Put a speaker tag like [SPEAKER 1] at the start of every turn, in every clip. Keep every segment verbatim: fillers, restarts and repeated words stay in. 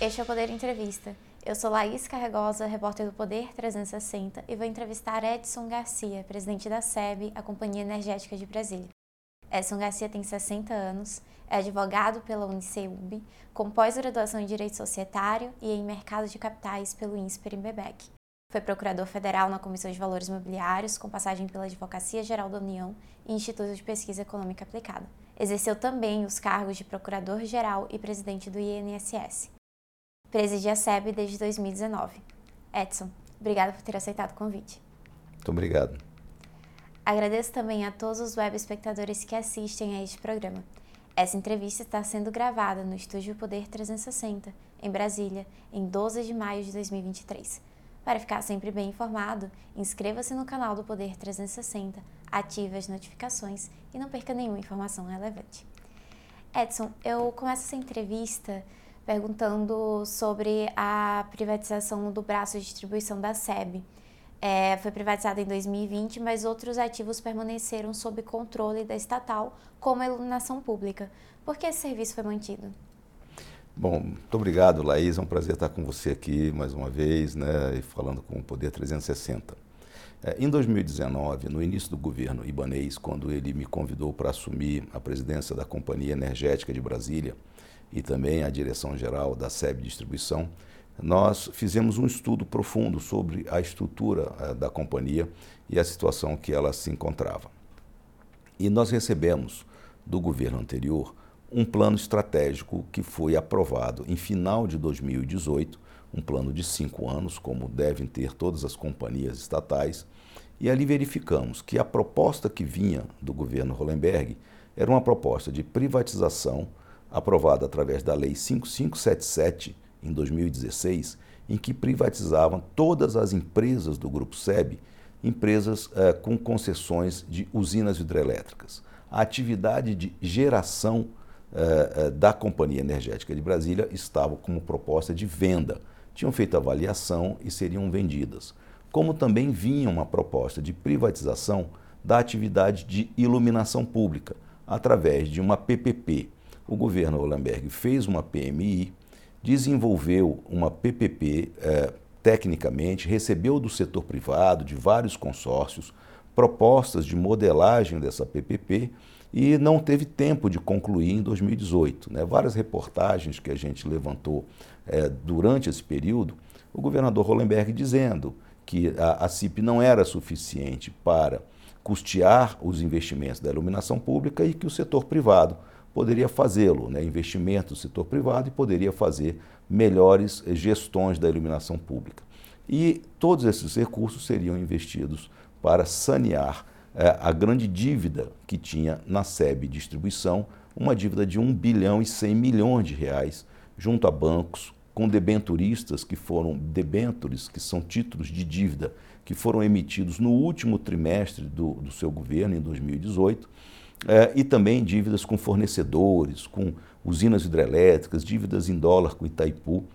[SPEAKER 1] Este é o Poder Entrevista. Eu sou Laís Carregosa, repórter do Poder trezentos e sessenta, e vou entrevistar Edson Garcia, presidente da S E B, a Companhia Energética de Brasília. Edson Garcia tem sessenta anos, é advogado pela Uniceup, com pós-graduação em Direito Societário e em Mercado de Capitais pelo INSPER em Bebec. Foi procurador federal na Comissão de Valores Imobiliários, com passagem pela Advocacia Geral da União e Instituto de Pesquisa Econômica Aplicada. Exerceu também os cargos de procurador-geral e presidente do I N S S. Preside a S E B desde dois mil e dezenove. Edson, obrigada por ter aceitado o convite.
[SPEAKER 2] Muito obrigado.
[SPEAKER 1] Agradeço também a todos os web espectadores que assistem a este programa. Essa entrevista está sendo gravada no Estúdio Poder trezentos e sessenta, em Brasília, em doze de maio de dois mil e vinte e três. Para ficar sempre bem informado, inscreva-se no canal do Poder trezentos e sessenta, ative as notificações e não perca nenhuma informação relevante. Edson, eu começo essa entrevista perguntando sobre a privatização do braço de distribuição da S E B. É, foi privatizada em dois mil e vinte, mas outros ativos permaneceram sob controle da estatal, como a iluminação pública. Por que esse serviço foi mantido?
[SPEAKER 2] Bom, muito obrigado, Laís. É um prazer estar com você aqui mais uma vez, né, e falando com o Poder trezentos e sessenta. É, em dois mil e dezenove, no início do governo ibanês, quando ele me convidou para assumir a presidência da Companhia Energética de Brasília e também a direção-geral da S E B Distribuição, nós fizemos um estudo profundo sobre a estrutura uh, da companhia e a situação que ela se encontrava. E nós recebemos do governo anterior um plano estratégico que foi aprovado em final de dois mil e dezoito, um plano de cinco anos, como devem ter todas as companhias estatais, e ali verificamos que a proposta que vinha do governo Hollenberg era uma proposta de privatização aprovada através da Lei cinco mil quinhentos e setenta e sete, em dois mil e dezesseis, em que privatizavam todas as empresas do Grupo S E B, empresas eh, com concessões de usinas hidrelétricas. A atividade de geração eh, da Companhia Energética de Brasília estava como proposta de venda. Tinham feito avaliação e seriam vendidas. Como também vinha uma proposta de privatização da atividade de iluminação pública, através de uma P P P. O governo Hollenberg fez uma P M I, desenvolveu uma P P P eh, tecnicamente, recebeu do setor privado, de vários consórcios, propostas de modelagem dessa P P P e não teve tempo de concluir em dois mil e dezoito. Né? Várias reportagens que a gente levantou eh, durante esse período, o governador Hollenberg dizendo que a, a C I P não era suficiente para custear os investimentos da iluminação pública e que o setor privado poderia fazê-lo, né, investimento do setor privado, e poderia fazer melhores gestões da iluminação pública. E todos esses recursos seriam investidos para sanear eh, a grande dívida que tinha na S E B Distribuição, uma dívida de um bilhão e cem milhões de reais, junto a bancos, com debenturistas que foram debentures, que são títulos de dívida, que foram emitidos no último trimestre do, do seu governo, em dois mil e dezoito, É, e também dívidas com fornecedores, com usinas hidrelétricas, dívidas em dólar com Itaipu,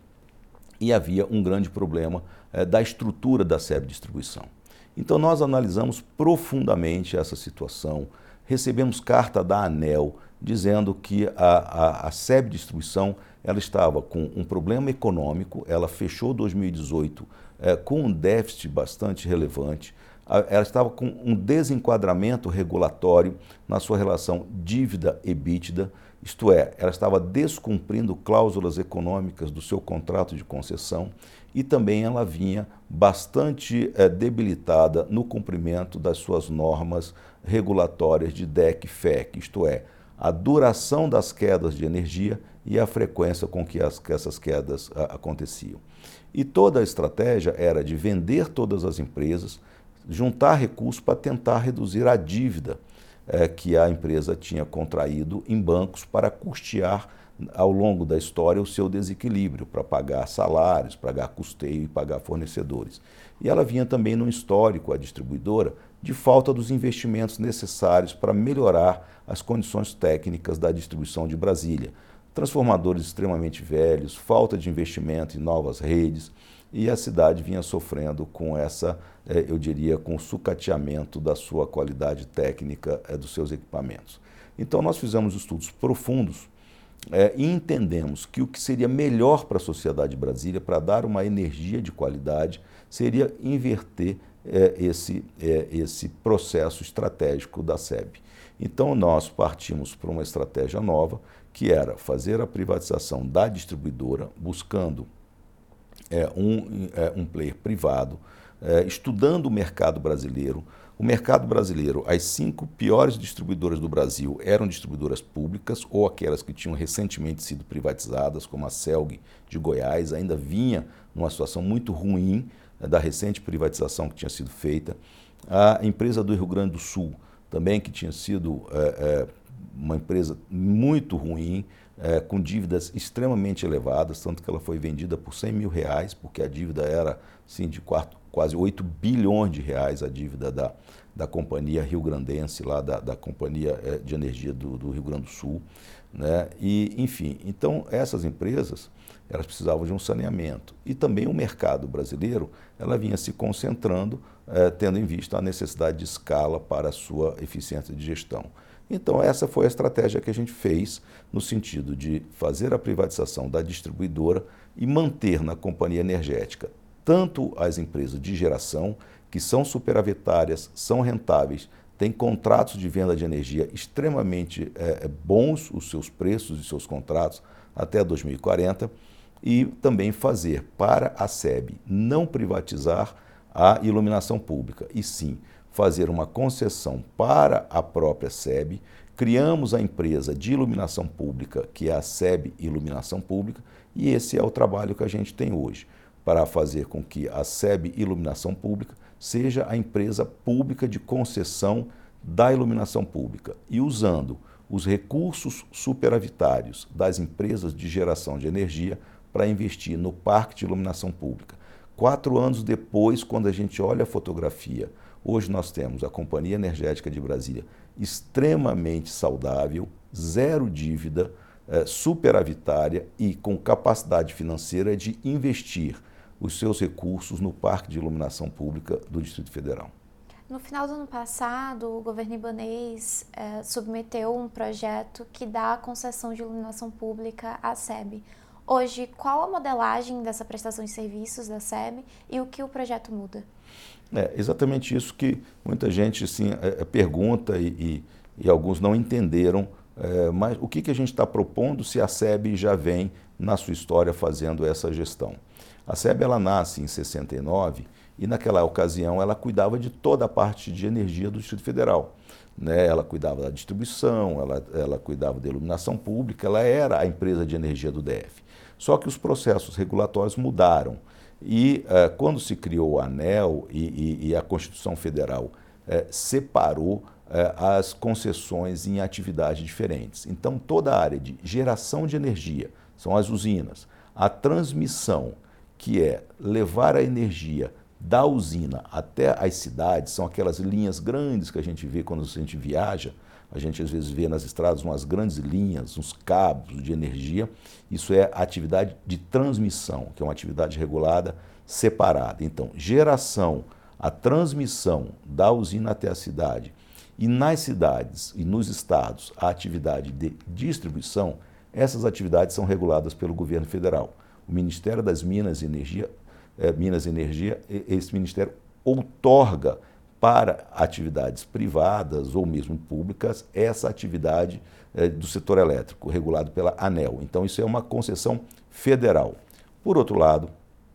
[SPEAKER 2] e havia um grande problema é, da estrutura da S E B Distribuição. Então nós analisamos profundamente essa situação, recebemos carta da ANEEL dizendo que a, a, a S E B Distribuição ela estava com um problema econômico, ela fechou dois mil e dezoito é, com um déficit bastante relevante. Ela estava com um desenquadramento regulatório na sua relação dívida-EBITDA, isto é, ela estava descumprindo cláusulas econômicas do seu contrato de concessão e também ela vinha bastante é, debilitada no cumprimento das suas normas regulatórias de D E C e F E C, isto é, a duração das quedas de energia e a frequência com que, as, que essas quedas a, aconteciam. E toda a estratégia era de vender todas as empresas, juntar recursos para tentar reduzir a dívida eh, que a empresa tinha contraído em bancos para custear ao longo da história o seu desequilíbrio, para pagar salários, pagar custeio e pagar fornecedores. E ela vinha também num histórico, a distribuidora, de falta dos investimentos necessários para melhorar as condições técnicas da distribuição de Brasília. Transformadores extremamente velhos, falta de investimento em novas redes, e a cidade vinha sofrendo com essa, eu diria, com o sucateamento da sua qualidade técnica dos seus equipamentos. Então nós fizemos estudos profundos é, e entendemos que o que seria melhor para a sociedade de Brasília, para dar uma energia de qualidade, seria inverter é, esse, é, esse processo estratégico da S E B. Então, nós partimos para uma estratégia nova, que era fazer a privatização da distribuidora, buscando é, um, é, um player privado, é, estudando o mercado brasileiro. O mercado brasileiro, as cinco piores distribuidoras do Brasil eram distribuidoras públicas ou aquelas que tinham recentemente sido privatizadas, como a Celg de Goiás, ainda vinha numa situação muito ruim né, da recente privatização que tinha sido feita. A empresa do Rio Grande do Sul, também que tinha sido é, é, uma empresa muito ruim, é, com dívidas extremamente elevadas, tanto que ela foi vendida por cem mil reais, porque a dívida era assim, de quatro, quase oito bilhões de reais, a dívida da, da companhia rio-grandense, lá da, da companhia é, de energia do, do Rio Grande do Sul. Né? E, enfim, então essas empresas elas precisavam de um saneamento. E também o mercado brasileiro ela vinha se concentrando, eh, tendo em vista a necessidade de escala para a sua eficiência de gestão. Então essa foi a estratégia que a gente fez no sentido de fazer a privatização da distribuidora e manter na companhia energética tanto as empresas de geração, que são superavitárias, são rentáveis, têm contratos de venda de energia extremamente eh, bons, os seus preços e seus contratos até dois mil e quarenta, e também fazer para a S E B não privatizar a iluminação pública, e sim fazer uma concessão para a própria S E B. Criamos a empresa de iluminação pública, que é a S E B Iluminação Pública, e esse é o trabalho que a gente tem hoje, para fazer com que a S E B Iluminação Pública seja a empresa pública de concessão da iluminação pública, e usando os recursos superavitários das empresas de geração de energia para investir no parque de iluminação pública. Quatro anos depois, quando a gente olha a fotografia, hoje nós temos a Companhia Energética de Brasília extremamente saudável, zero dívida, eh, superavitária e com capacidade financeira de investir os seus recursos no parque de iluminação pública do Distrito Federal.
[SPEAKER 1] No final do ano passado, o governo ibanês eh, submeteu um projeto que dá a concessão de iluminação pública à S E B. Hoje, qual a modelagem dessa prestação de serviços da S E B e o que o projeto muda?
[SPEAKER 2] É exatamente isso que muita gente assim, é, pergunta e, e, e alguns não entenderam, é, mas o que, que a gente está propondo se a S E B já vem na sua história fazendo essa gestão? A S E B ela nasce em sessenta e nove e naquela ocasião ela cuidava de toda a parte de energia do Distrito Federal. Né? Ela cuidava da distribuição, ela, ela cuidava da iluminação pública, ela era a empresa de energia do D F. Só que os processos regulatórios mudaram e eh, quando se criou o ANEEL e, e, e a Constituição Federal eh, separou eh, as concessões em atividades diferentes. Então toda a área de geração de energia, são as usinas, a transmissão, que é levar a energia da usina até as cidades, são aquelas linhas grandes que a gente vê quando a gente viaja, a gente às vezes vê nas estradas umas grandes linhas, uns cabos de energia, isso é a atividade de transmissão, que é uma atividade regulada separada. Então, geração, a transmissão da usina até a cidade, e nas cidades e nos estados a atividade de distribuição, essas atividades são reguladas pelo governo federal. O Ministério das Minas e Energia, é, Minas e Energia, esse ministério outorga para atividades privadas ou mesmo públicas essa atividade é, do setor elétrico, regulado pela ANEEL. Então isso é uma concessão federal. Por outro lado,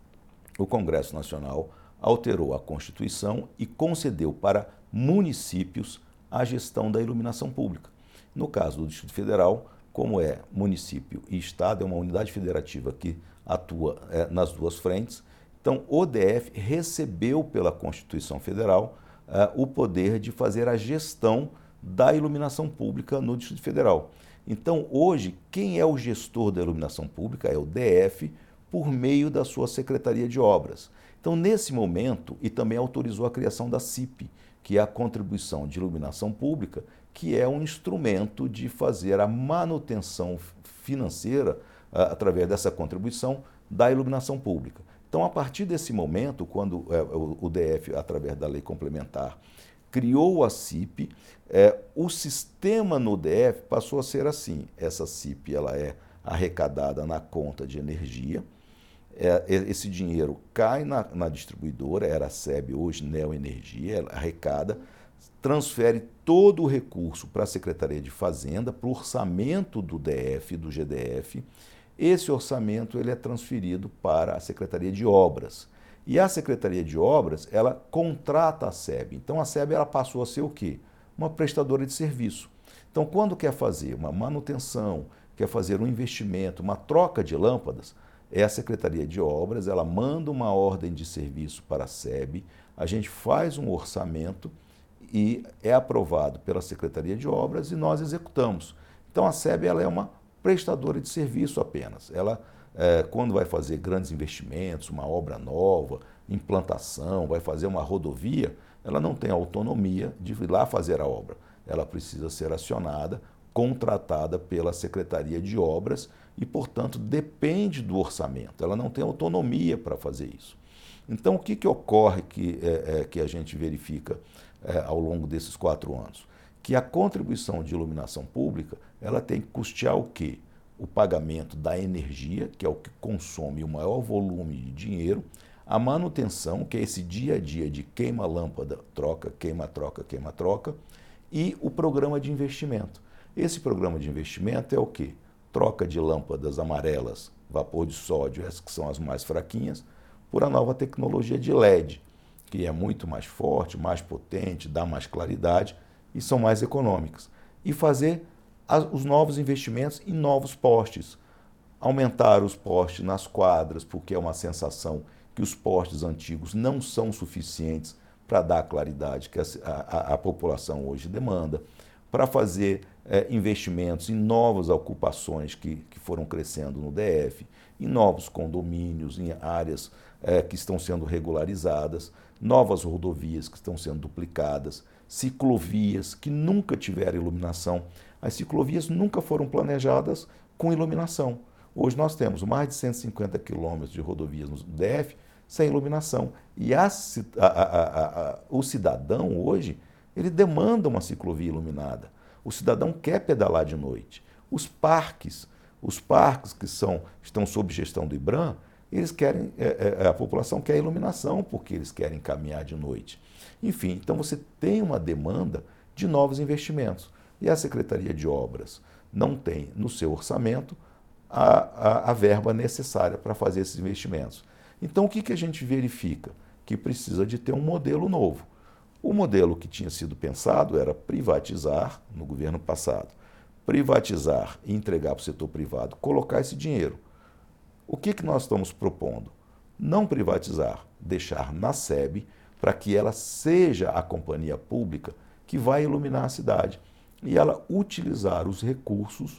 [SPEAKER 2] o Congresso Nacional alterou a Constituição e concedeu para municípios a gestão da iluminação pública. No caso do Distrito Federal, como é município e estado, é uma unidade federativa que atua é, nas duas frentes, então o D F recebeu pela Constituição Federal é, o poder de fazer a gestão da iluminação pública no Distrito Federal. Então hoje, quem é o gestor da iluminação pública é o D F, por meio da sua Secretaria de Obras. Então nesse momento, e também autorizou a criação da C I P, que é a Contribuição de Iluminação Pública, que é um instrumento de fazer a manutenção financeira, através dessa contribuição, da iluminação pública. Então, a partir desse momento, quando o D F, através da lei complementar, criou a C I P, é, o sistema no D F passou a ser assim. Essa C I P ela é arrecadada na conta de energia, é, esse dinheiro cai na, na distribuidora, era a SEB, hoje Neoenergia, ela arrecada, transfere todo o recurso para a Secretaria de Fazenda, para o orçamento do D F, do G D F. Esse orçamento ele é transferido para a Secretaria de Obras. E a Secretaria de Obras, ela contrata a SEB. Então a SEB ela passou a ser o quê? Uma prestadora de serviço. Então quando quer fazer uma manutenção, quer fazer um investimento, uma troca de lâmpadas, é a Secretaria de Obras, ela manda uma ordem de serviço para a SEB, a gente faz um orçamento e é aprovado pela Secretaria de Obras e nós executamos. Então a SEB ela é uma prestadora de serviço apenas. Ela, é, quando vai fazer grandes investimentos, uma obra nova, implantação, vai fazer uma rodovia, ela não tem autonomia de ir lá fazer a obra. Ela precisa ser acionada, contratada pela Secretaria de Obras e, portanto, depende do orçamento. Ela não tem autonomia para fazer isso. Então, o que, que ocorre que, é, é, que a gente verifica é, ao longo desses quatro anos? Que a contribuição de iluminação pública ela tem que custear o quê? O pagamento da energia, que é o que consome o maior volume de dinheiro, a manutenção, que é esse dia a dia de queima-lâmpada, troca, queima-troca, queima-troca, e o programa de investimento. Esse programa de investimento é o quê? Troca de lâmpadas amarelas, vapor de sódio, essas que são as mais fraquinhas, por a nova tecnologia de L E D, que é muito mais forte, mais potente, dá mais claridade e são mais econômicas. E fazer as, os novos investimentos em novos postes. Aumentar os postes nas quadras, porque é uma sensação que os postes antigos não são suficientes para dar a claridade que a, a, a população hoje demanda. Para fazer é, investimentos em novas ocupações que, que foram crescendo no D F, em novos condomínios, em áreas é, que estão sendo regularizadas, novas rodovias que estão sendo duplicadas, ciclovias que nunca tiveram iluminação. As ciclovias nunca foram planejadas com iluminação. Hoje nós temos mais de cento e cinquenta quilômetros de rodovias no D F sem iluminação. E a, a, a, a, o cidadão hoje, ele demanda uma ciclovia iluminada. O cidadão quer pedalar de noite. Os parques, os parques que são, estão sob gestão do IBRAM, eles querem, é, é, a população quer iluminação porque eles querem caminhar de noite. Enfim, então você tem uma demanda de novos investimentos. E a Secretaria de Obras não tem no seu orçamento a, a, a verba necessária para fazer esses investimentos. Então o que, que a gente verifica? Que precisa de ter um modelo novo. O modelo que tinha sido pensado era privatizar, no governo passado, privatizar e entregar para o setor privado, colocar esse dinheiro. O que, que nós estamos propondo? Não privatizar, deixar na SEB para que ela seja a companhia pública que vai iluminar a cidade e ela utilizar os recursos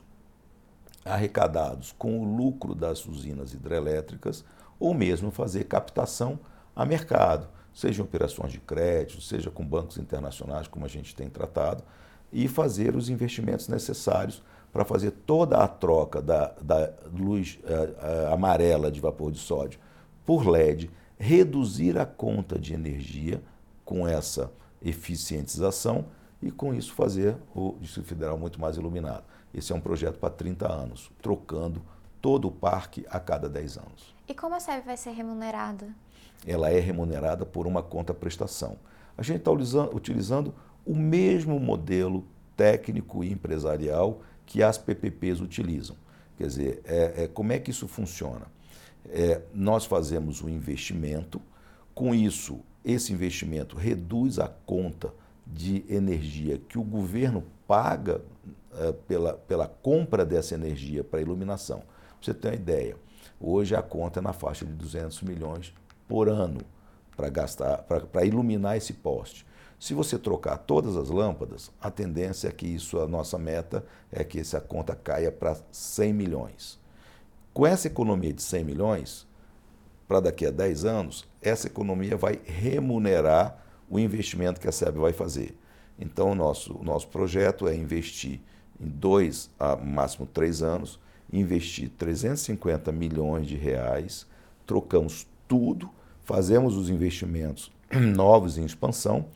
[SPEAKER 2] arrecadados com o lucro das usinas hidrelétricas ou mesmo fazer captação a mercado, seja em operações de crédito, seja com bancos internacionais, como a gente tem tratado, e fazer os investimentos necessários para fazer toda a troca da, da luz uh, uh, amarela de vapor de sódio por L E D, reduzir a conta de energia com essa eficientização e, com isso, fazer o Distrito Federal muito mais iluminado. Esse é um projeto para trinta anos, trocando todo o parque a cada dez anos.
[SPEAKER 1] E como a SEB vai ser remunerada?
[SPEAKER 2] Ela é remunerada por uma conta-prestação. A gente está utilizando o mesmo modelo técnico e empresarial que as P P Ps utilizam. Quer dizer, é, é, como é que isso funciona? É, nós fazemos um investimento, com isso, esse investimento reduz a conta de energia que o governo paga é, pela, pela compra dessa energia para iluminação. Pra você ter uma ideia, hoje a conta é na faixa de duzentos milhões por ano para gastar, para iluminar esse poste. Se você trocar todas as lâmpadas, a tendência é que isso, a nossa meta é que essa conta caia para cem milhões. Com essa economia de cem milhões, para daqui a dez anos, essa economia vai remunerar o investimento que a SEB vai fazer. Então, o nosso, o nosso projeto é investir em dois, a máximo três anos, investir trezentos e cinquenta milhões de reais, trocamos tudo, fazemos os investimentos novos em expansão.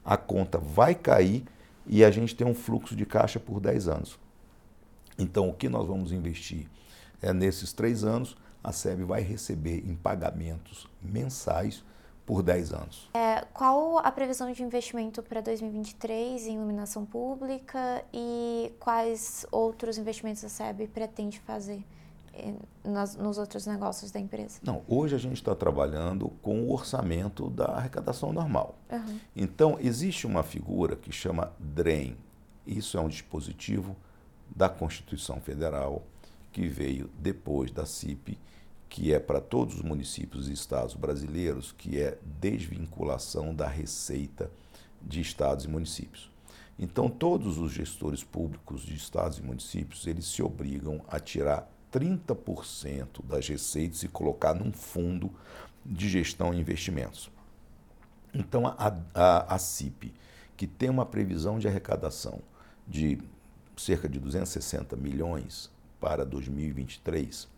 [SPEAKER 2] a conta vai cair e a gente tem um fluxo de caixa por dez anos. Então, o que nós vamos investir é nesses três anos, a S E B vai receber em pagamentos mensais por dez anos.
[SPEAKER 1] É, qual a previsão de investimento para dois mil e vinte e três em iluminação pública e quais outros investimentos a S E B pretende fazer nos, nos outros negócios da empresa?
[SPEAKER 2] Não, hoje a gente está trabalhando com o orçamento da arrecadação normal.
[SPEAKER 1] Uhum.
[SPEAKER 2] Então, existe uma figura que chama D R E M. Isso é um dispositivo da Constituição Federal que veio depois da C I P, que é para todos os municípios e estados brasileiros, que é desvinculação da receita de estados e municípios. Então, todos os gestores públicos de estados e municípios, eles se obrigam a tirar trinta por cento das receitas e colocar num fundo de gestão e investimentos. Então, a, a, a C I P, que tem uma previsão de arrecadação de cerca de duzentos e sessenta milhões para dois mil e vinte e três,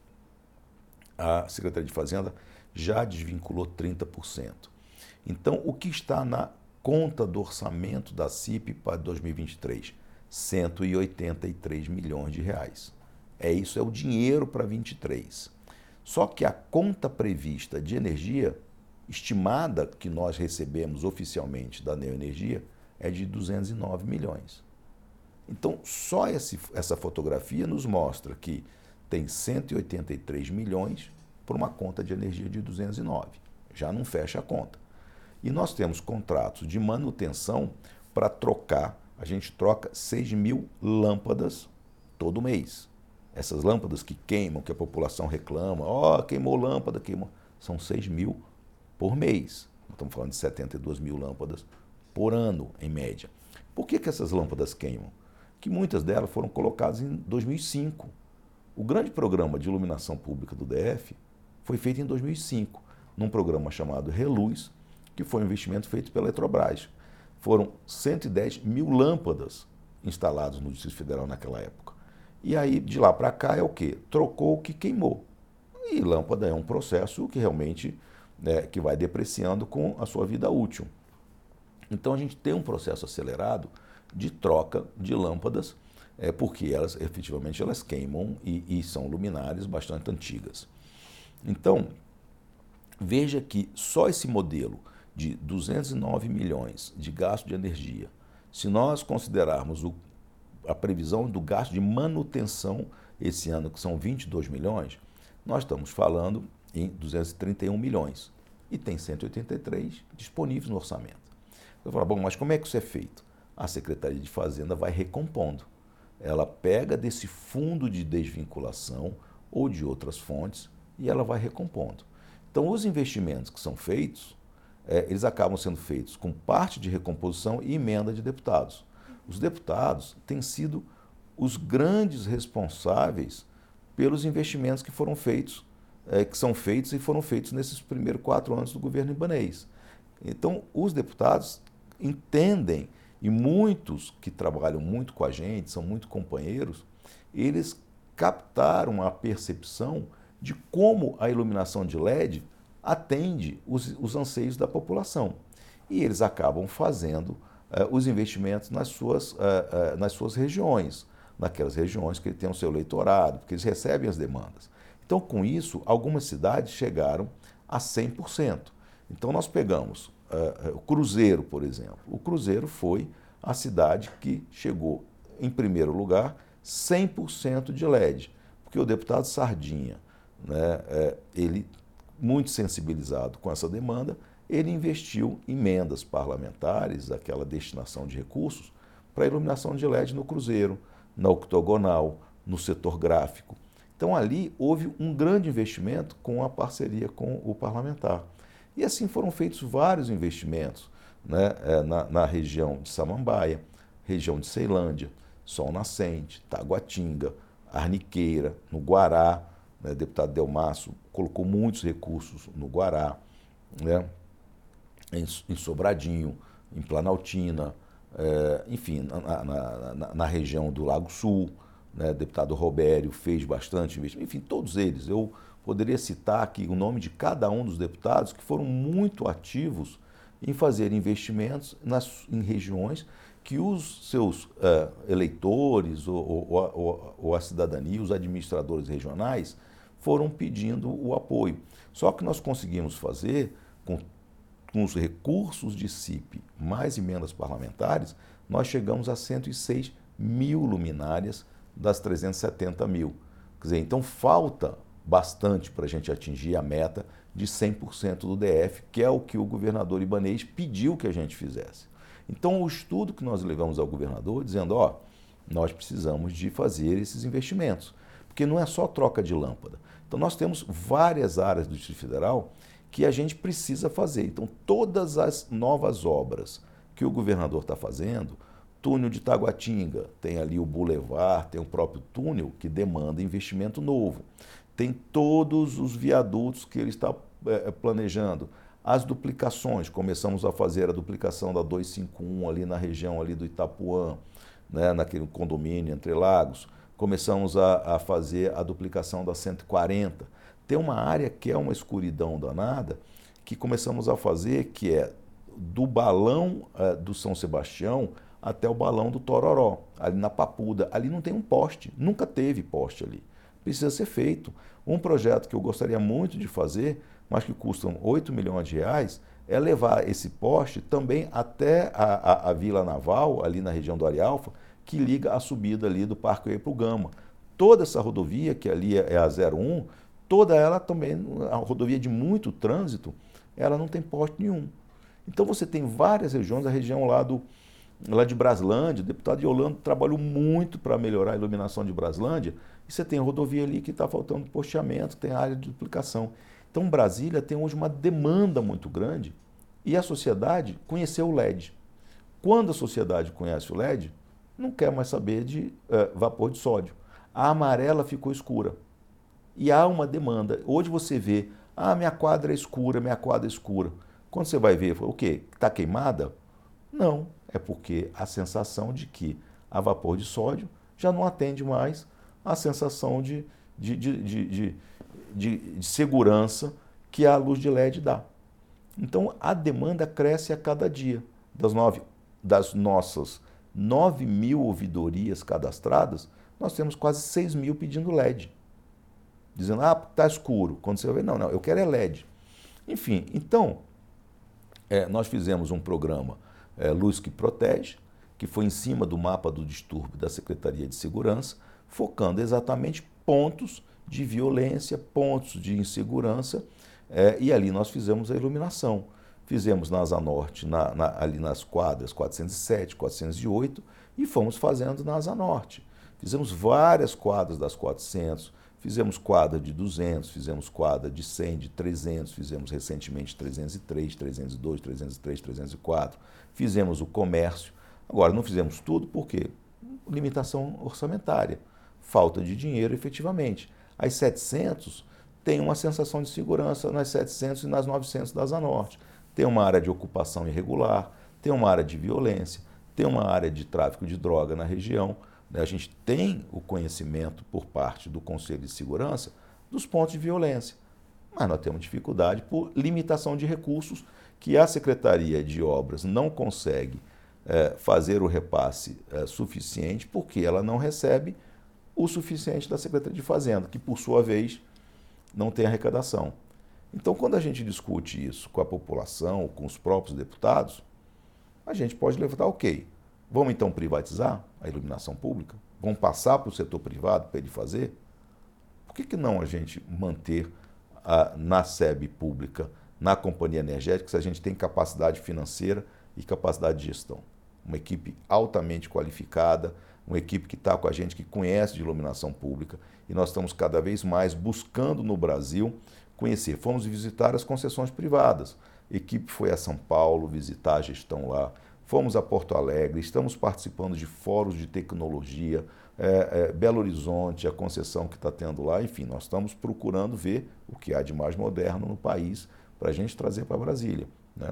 [SPEAKER 2] a Secretaria de Fazenda já desvinculou trinta por cento. Então, o que está na conta do orçamento da C I P para dois mil e vinte e três? cento e oitenta e três milhões de reais. É isso, é o dinheiro para vinte e três. Só que a conta prevista de energia, estimada que nós recebemos oficialmente da Neoenergia, é de duzentos e nove milhões. Então, só esse, essa fotografia nos mostra que tem cento e oitenta e três milhões por uma conta de energia de duzentos e nove. Já não fecha a conta. E nós temos contratos de manutenção para trocar, a gente troca seis mil lâmpadas todo mês. Essas lâmpadas que queimam, que a população reclama, ó, oh, queimou lâmpada, queimou. São seis mil por mês. Estamos falando de setenta e duas mil lâmpadas por ano, em média. Por que que essas lâmpadas queimam? Que muitas delas foram colocadas em dois mil e cinco. O grande programa de iluminação pública do D F foi feito em dois mil e cinco, num programa chamado Reluz, que foi um investimento feito pela Eletrobras. Foram cento e dez mil lâmpadas instaladas no Distrito Federal naquela época. E aí, de lá para cá, é o quê? Trocou o que queimou. E lâmpada é um processo que realmente né, que vai depreciando com a sua vida útil. Então, a gente tem um processo acelerado de troca de lâmpadas, é, porque elas, efetivamente, elas queimam e, e são luminárias bastante antigas. Então, veja que só esse modelo de duzentos e nove milhões de gasto de energia, se nós considerarmos o, a previsão do gasto de manutenção esse ano, que são vinte e dois milhões, nós estamos falando em duzentos e trinta e um milhões. E tem cento e oitenta e três disponíveis no orçamento. Eu falo, bom, mas como é que isso é feito? A Secretaria de Fazenda vai recompondo. Ela pega desse fundo de desvinculação ou de outras fontes e ela vai recompondo. Então, os investimentos que são feitos, é, eles acabam sendo feitos com parte de recomposição e emenda de deputados. Os deputados têm sido os grandes responsáveis pelos investimentos que foram feitos, é, que são feitos e foram feitos nesses primeiros quatro anos do governo ibanês. Então, os deputados entendem, e muitos que trabalham muito com a gente, são muito companheiros, eles captaram a percepção de como a iluminação de L E D atende os, os anseios da população. E eles acabam fazendo uh, os investimentos nas suas, uh, uh, nas suas regiões, naquelas regiões que têm o seu eleitorado, porque eles recebem as demandas. Então, com isso, algumas cidades chegaram a cem por cento. Então, nós pegamos uh, o Cruzeiro, por exemplo. O Cruzeiro foi a cidade que chegou, em primeiro lugar, cem por cento de L E D, porque o deputado Sardinha, né, é, ele, muito sensibilizado com essa demanda, ele investiu emendas parlamentares, aquela destinação de recursos, para a iluminação de L E D no Cruzeiro, na Octogonal, no setor gráfico. Então, ali houve um grande investimento com a parceria com o parlamentar. E assim foram feitos vários investimentos, né, na, na região de Samambaia, região de Ceilândia, Sol Nascente, Taguatinga, Arniqueira, no Guará, né, o deputado Delmaço colocou muitos recursos no Guará, né, em, em Sobradinho, em Planaltina, é, enfim, na, na, na, na região do Lago Sul, né, o deputado Robério fez bastante investimento, enfim, todos eles. Eu poderia citar aqui o nome de cada um dos deputados que foram muito ativos em fazer investimentos nas, em regiões que os seus uh, eleitores ou, ou, ou, ou a cidadania, os administradores regionais, foram pedindo o apoio. Só que nós conseguimos fazer, com, com os recursos de C I P mais emendas parlamentares, nós chegamos a cento e seis mil luminárias das trezentas e setenta mil. Quer dizer, então falta bastante para a gente atingir a meta de cem por cento do D F, que é o que o governador Ibanez pediu que a gente fizesse. Então, o estudo que nós levamos ao governador, dizendo, ó, nós precisamos de fazer esses investimentos, porque não é só troca de lâmpada. Então, nós temos várias áreas do Distrito Federal que a gente precisa fazer. Então, todas as novas obras que o governador está fazendo, túnel de Taguatinga, tem ali o Boulevard, tem o próprio túnel que demanda investimento novo. Tem todos os viadutos que ele está é, planejando. As duplicações, começamos a fazer a duplicação da duzentos e cinquenta e um ali na região ali do Itapuã, né, naquele condomínio Entre Lagos. Começamos a, a fazer a duplicação da cento e quarenta. Tem uma área que é uma escuridão danada, que começamos a fazer, que é do balão é, do São Sebastião até o balão do Tororó, ali na Papuda. Ali não tem um poste, nunca teve poste ali. Precisa ser feito. Um projeto que eu gostaria muito de fazer, mas que custam oito milhões de reais, é levar esse poste também até a, a, a Vila Naval, ali na região do Arialfa, que liga a subida ali do Parque para o Gama. Toda essa rodovia, que ali é a zero um, toda ela também, a rodovia de muito trânsito, ela não tem poste nenhum. Então você tem várias regiões, a região lá, do, lá de Braslândia, o deputado Yolando trabalhou muito para melhorar a iluminação de Braslândia, e você tem a rodovia ali que está faltando posteamento, tem área de duplicação. Então, Brasília tem hoje uma demanda muito grande e a sociedade conheceu o L E D. Quando a sociedade conhece o L E D, não quer mais saber de uh, vapor de sódio. A amarela ficou escura. E há uma demanda. Hoje você vê, ah, minha quadra é escura, minha quadra é escura. Quando você vai ver, o quê? Está queimada? Não. É porque a sensação de que a vapor de sódio já não atende mais a sensação de, de, de, de, de De, de segurança que a luz de L E D dá. Então, a demanda cresce a cada dia. Das, nove, das nossas nove mil ouvidorias cadastradas, nós temos quase seis mil pedindo L E D. Dizendo, ah, está escuro. Quando você vai ver, não, não, eu quero é L E D. Enfim, então, é, nós fizemos um programa é, Luz que Protege, que foi em cima do mapa do distúrbio da Secretaria de Segurança, focando exatamente pontos de violência, pontos de insegurança, é, e ali nós fizemos a iluminação. Fizemos na Asa Norte, na, na, ali nas quadras quatrocentos e sete, quatrocentos e oito, e fomos fazendo na Asa Norte. Fizemos várias quadras das quatrocentos, fizemos quadra de duzentos, fizemos quadra de cem, de trezentos, fizemos recentemente trezentos e três, trezentos e dois, trezentos e três, trezentos e quatro, fizemos o comércio. Agora, não fizemos tudo porque limitação orçamentária, falta de dinheiro efetivamente. As setecentos tem uma sensação de segurança nas setecentos e nas novecentos da Asa Norte. Tem uma área de ocupação irregular, tem uma área de violência, tem uma área de tráfico de droga na região. A gente tem o conhecimento por parte do Conselho de Segurança dos pontos de violência, mas nós temos dificuldade por limitação de recursos que a Secretaria de Obras não consegue é, fazer o repasse é, suficiente porque ela não recebe o suficiente da Secretaria de Fazenda, que, por sua vez, não tem arrecadação. Então, quando a gente discute isso com a população, com os próprios deputados, a gente pode levantar, ok, vamos então privatizar a iluminação pública? Vamos passar para o setor privado para ele fazer? Por que que não a gente manter a, na S E B pública, na companhia energética, se a gente tem capacidade financeira e capacidade de gestão? Uma equipe altamente qualificada, uma equipe que está com a gente, que conhece de iluminação pública, e nós estamos cada vez mais buscando no Brasil conhecer. Fomos visitar as concessões privadas. A equipe foi a São Paulo visitar a gestão lá, fomos a Porto Alegre, estamos participando de fóruns de tecnologia, é, é, Belo Horizonte, a concessão que está tendo lá, enfim, nós estamos procurando ver o que há de mais moderno no país para a gente trazer para Brasília, né?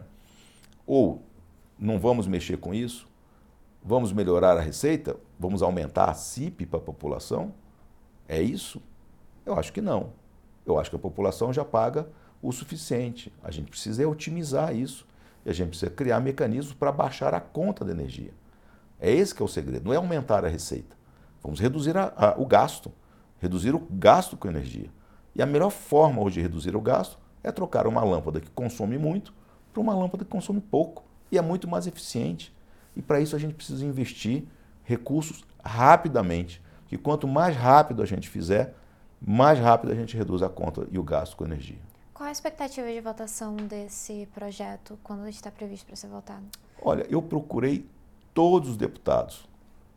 [SPEAKER 2] Ou não vamos mexer com isso? Vamos melhorar a receita? Vamos aumentar a C I P para a população? É isso? Eu acho que não. Eu acho que a população já paga o suficiente. A gente precisa é otimizar isso. E a gente precisa criar mecanismos para baixar a conta da energia. É esse que é o segredo, não é aumentar a receita. Vamos reduzir a, a, o gasto, reduzir o gasto com energia. E a melhor forma hoje de reduzir o gasto é trocar uma lâmpada que consome muito para uma lâmpada que consome pouco. E é muito mais eficiente. E para isso a gente precisa investir recursos rapidamente, que quanto mais rápido a gente fizer, mais rápido a gente reduz a conta e o gasto com energia.
[SPEAKER 1] Qual a expectativa de votação desse projeto, quando está previsto para ser votado?
[SPEAKER 2] Olha, eu procurei todos os deputados,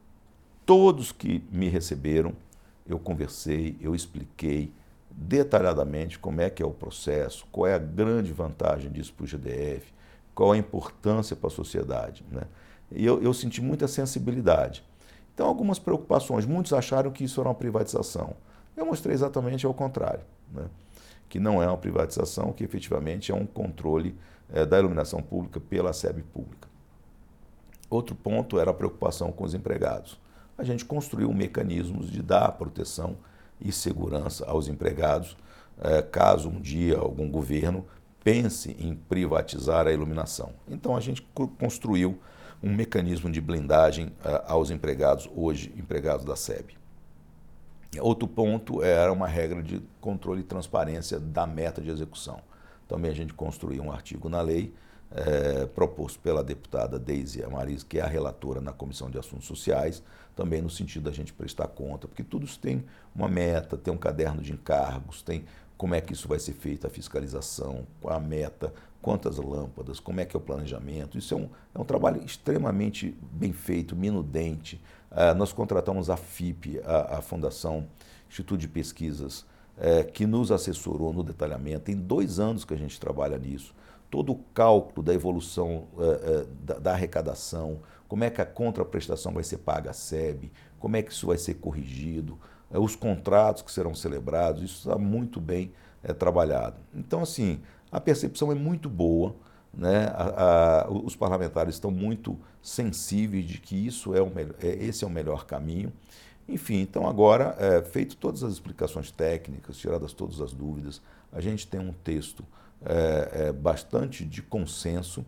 [SPEAKER 2] todos que me receberam, eu conversei, eu expliquei detalhadamente como é que é o processo, qual é a grande vantagem disso para o G D F, qual a importância para a sociedade, né? E eu, eu senti muita sensibilidade. Então, algumas preocupações, muitos acharam que isso era uma privatização. Eu mostrei exatamente ao contrário, né? Que não é uma privatização, que efetivamente é um controle é, da iluminação pública pela SEB pública. Outro ponto era a preocupação com os empregados. A gente construiu mecanismos de dar proteção e segurança aos empregados, é, caso um dia algum governo pense em privatizar a iluminação. Então a gente construiu um mecanismo de blindagem é, aos empregados, hoje empregados da SEB. Outro ponto era uma regra de controle e transparência da meta de execução. Também a gente construiu um artigo na lei, é, proposto pela deputada Deise Amaris, que é a relatora na Comissão de Assuntos Sociais, também no sentido da gente prestar conta, porque tudo isso tem uma meta, tem um caderno de encargos, tem como é que isso vai ser feito, a fiscalização, qual a meta, quantas lâmpadas, como é que é o planejamento. Isso é um, é um trabalho extremamente bem feito, minudente. Uh, nós contratamos a F I P, a, a Fundação Instituto de Pesquisas, uh, que nos assessorou no detalhamento. Tem dois anos que a gente trabalha nisso. Todo o cálculo da evolução uh, uh, da, da arrecadação, como é que a contraprestação vai ser paga à SEB, como é que isso vai ser corrigido, uh, os contratos que serão celebrados, isso está muito bem uh, trabalhado. Então, assim, a percepção é muito boa, né? A, a, os parlamentares estão muito sensíveis de que isso é o melhor, é, esse é o melhor caminho. Enfim, então agora, é, feito todas as explicações técnicas, tiradas todas as dúvidas, a gente tem um texto é, é, bastante de consenso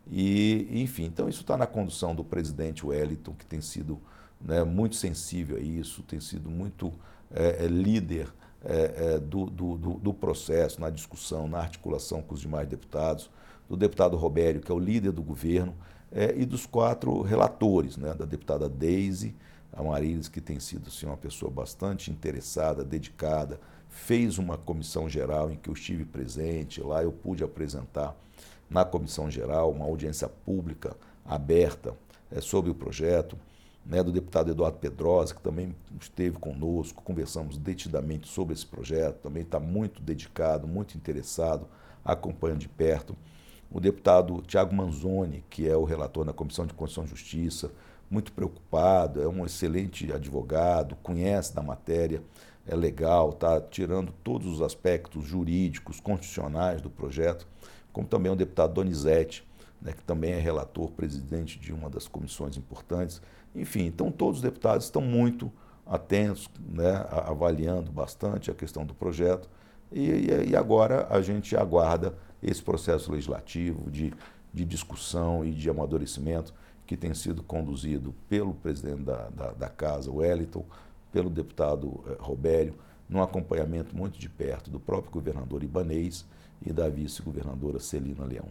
[SPEAKER 2] e, enfim, então isso está na condução do presidente Wellington, que tem sido, né, muito sensível a isso, tem sido muito é, é, líder é, é, do, do, do processo, na discussão, na articulação com os demais deputados, do deputado Robério, que é o líder do governo, é, e dos quatro relatores, né, da deputada Deise Amaris, que tem sido assim, uma pessoa bastante interessada, dedicada, fez uma comissão geral em que eu estive presente, lá eu pude apresentar na comissão geral uma audiência pública aberta é, sobre o projeto, né, do deputado Eduardo Pedrosa, que também esteve conosco, conversamos detidamente sobre esse projeto, também está muito dedicado, muito interessado, acompanhando de perto. O deputado Tiago Manzoni, que é o relator na Comissão de Constituição e Justiça, muito preocupado, é um excelente advogado, conhece da matéria, é legal, está tirando todos os aspectos jurídicos, constitucionais do projeto, como também o deputado Donizete, né, que também é relator, presidente de uma das comissões importantes. Enfim, então todos os deputados estão muito atentos, né, avaliando bastante a questão do projeto e, e agora a gente aguarda esse processo legislativo de, de discussão e de amadurecimento que tem sido conduzido pelo presidente da, da, da Casa, Wellington, pelo deputado eh, Robério, num acompanhamento muito de perto do próprio governador Ibanez e da vice-governadora Celina Leão.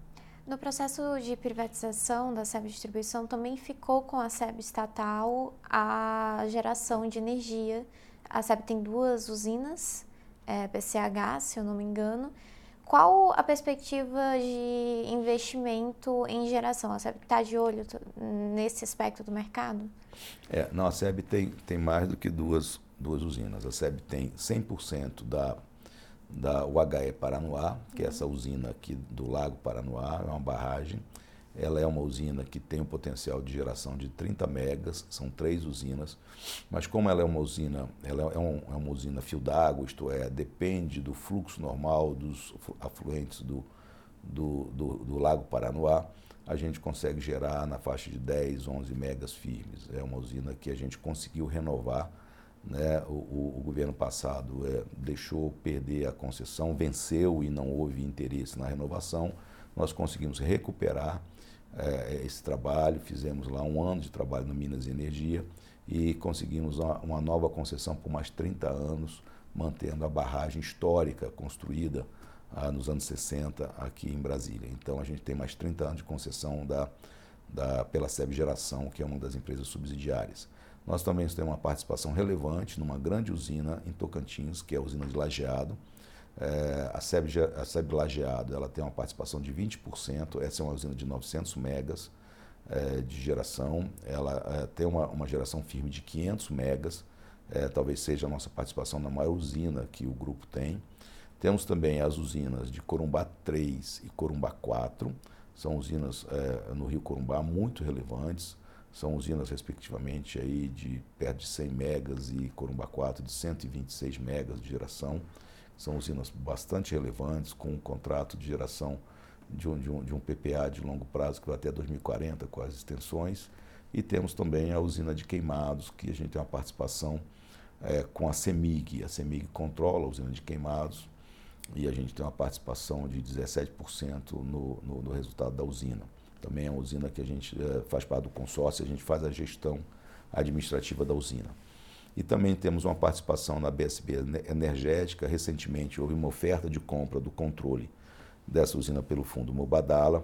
[SPEAKER 1] No processo de privatização da SEB Distribuição, também ficou com a SEB estatal a geração de energia. A SEB tem duas usinas, é, P C H, se eu não me engano. Qual a perspectiva de investimento em geração? A SEB está de olho nesse aspecto do mercado?
[SPEAKER 2] É, não, a SEB tem, tem mais do que duas, duas usinas. A SEB tem cem por cento da, da U H E Paranoá, que é essa usina aqui do Lago Paranoá, é uma barragem. Ela é uma usina que tem um potencial de geração de trinta megas, são três usinas, mas como ela é uma usina, ela é, um, é uma usina fio d'água, isto é, depende do fluxo normal dos afluentes do, do, do, do Lago Paranoá, a gente consegue gerar na faixa de dez, onze megas firmes. É uma usina que a gente conseguiu renovar, né? O, o, o governo passado é, deixou perder a concessão, venceu e não houve interesse na renovação. nós conseguimos recuperar é, esse trabalho, fizemos lá um ano de trabalho no Minas e Energia e conseguimos uma, uma nova concessão por mais trinta anos, mantendo a barragem histórica construída ah, nos anos sessenta aqui em Brasília. Então a gente tem mais trinta anos de concessão da, da, pela SEB Geração, que é uma das empresas subsidiárias. Nós também temos uma participação relevante numa grande usina em Tocantins, que é a usina de Lajeado. É, a SEB, a SEB Lajeado, ela tem uma participação de vinte por cento, essa é uma usina de novecentos megas é, de geração, ela é, tem uma, uma geração firme de quinhentos megas, é, talvez seja a nossa participação na maior usina que o grupo tem. Temos também as usinas de Corumbá três e Corumbá quatro, são usinas é, no Rio Corumbá muito relevantes. São usinas, respectivamente, aí de perto de cem megas e Corumbá quatro de cento e vinte e seis megas de geração. São usinas bastante relevantes, com um contrato de geração de um, de um, de um P P A de longo prazo que vai até dois mil e quarenta, com as extensões. E temos também a usina de Queimados, que a gente tem uma participação é, com a CEMIG. A CEMIG controla a usina de Queimados e a gente tem uma participação de dezessete por cento no, no, no resultado da usina. Também é uma usina que a gente é, faz parte do consórcio, a gente faz a gestão administrativa da usina. E também temos uma participação na B S B Energética. Recentemente houve uma oferta de compra do controle dessa usina pelo fundo Mubadala,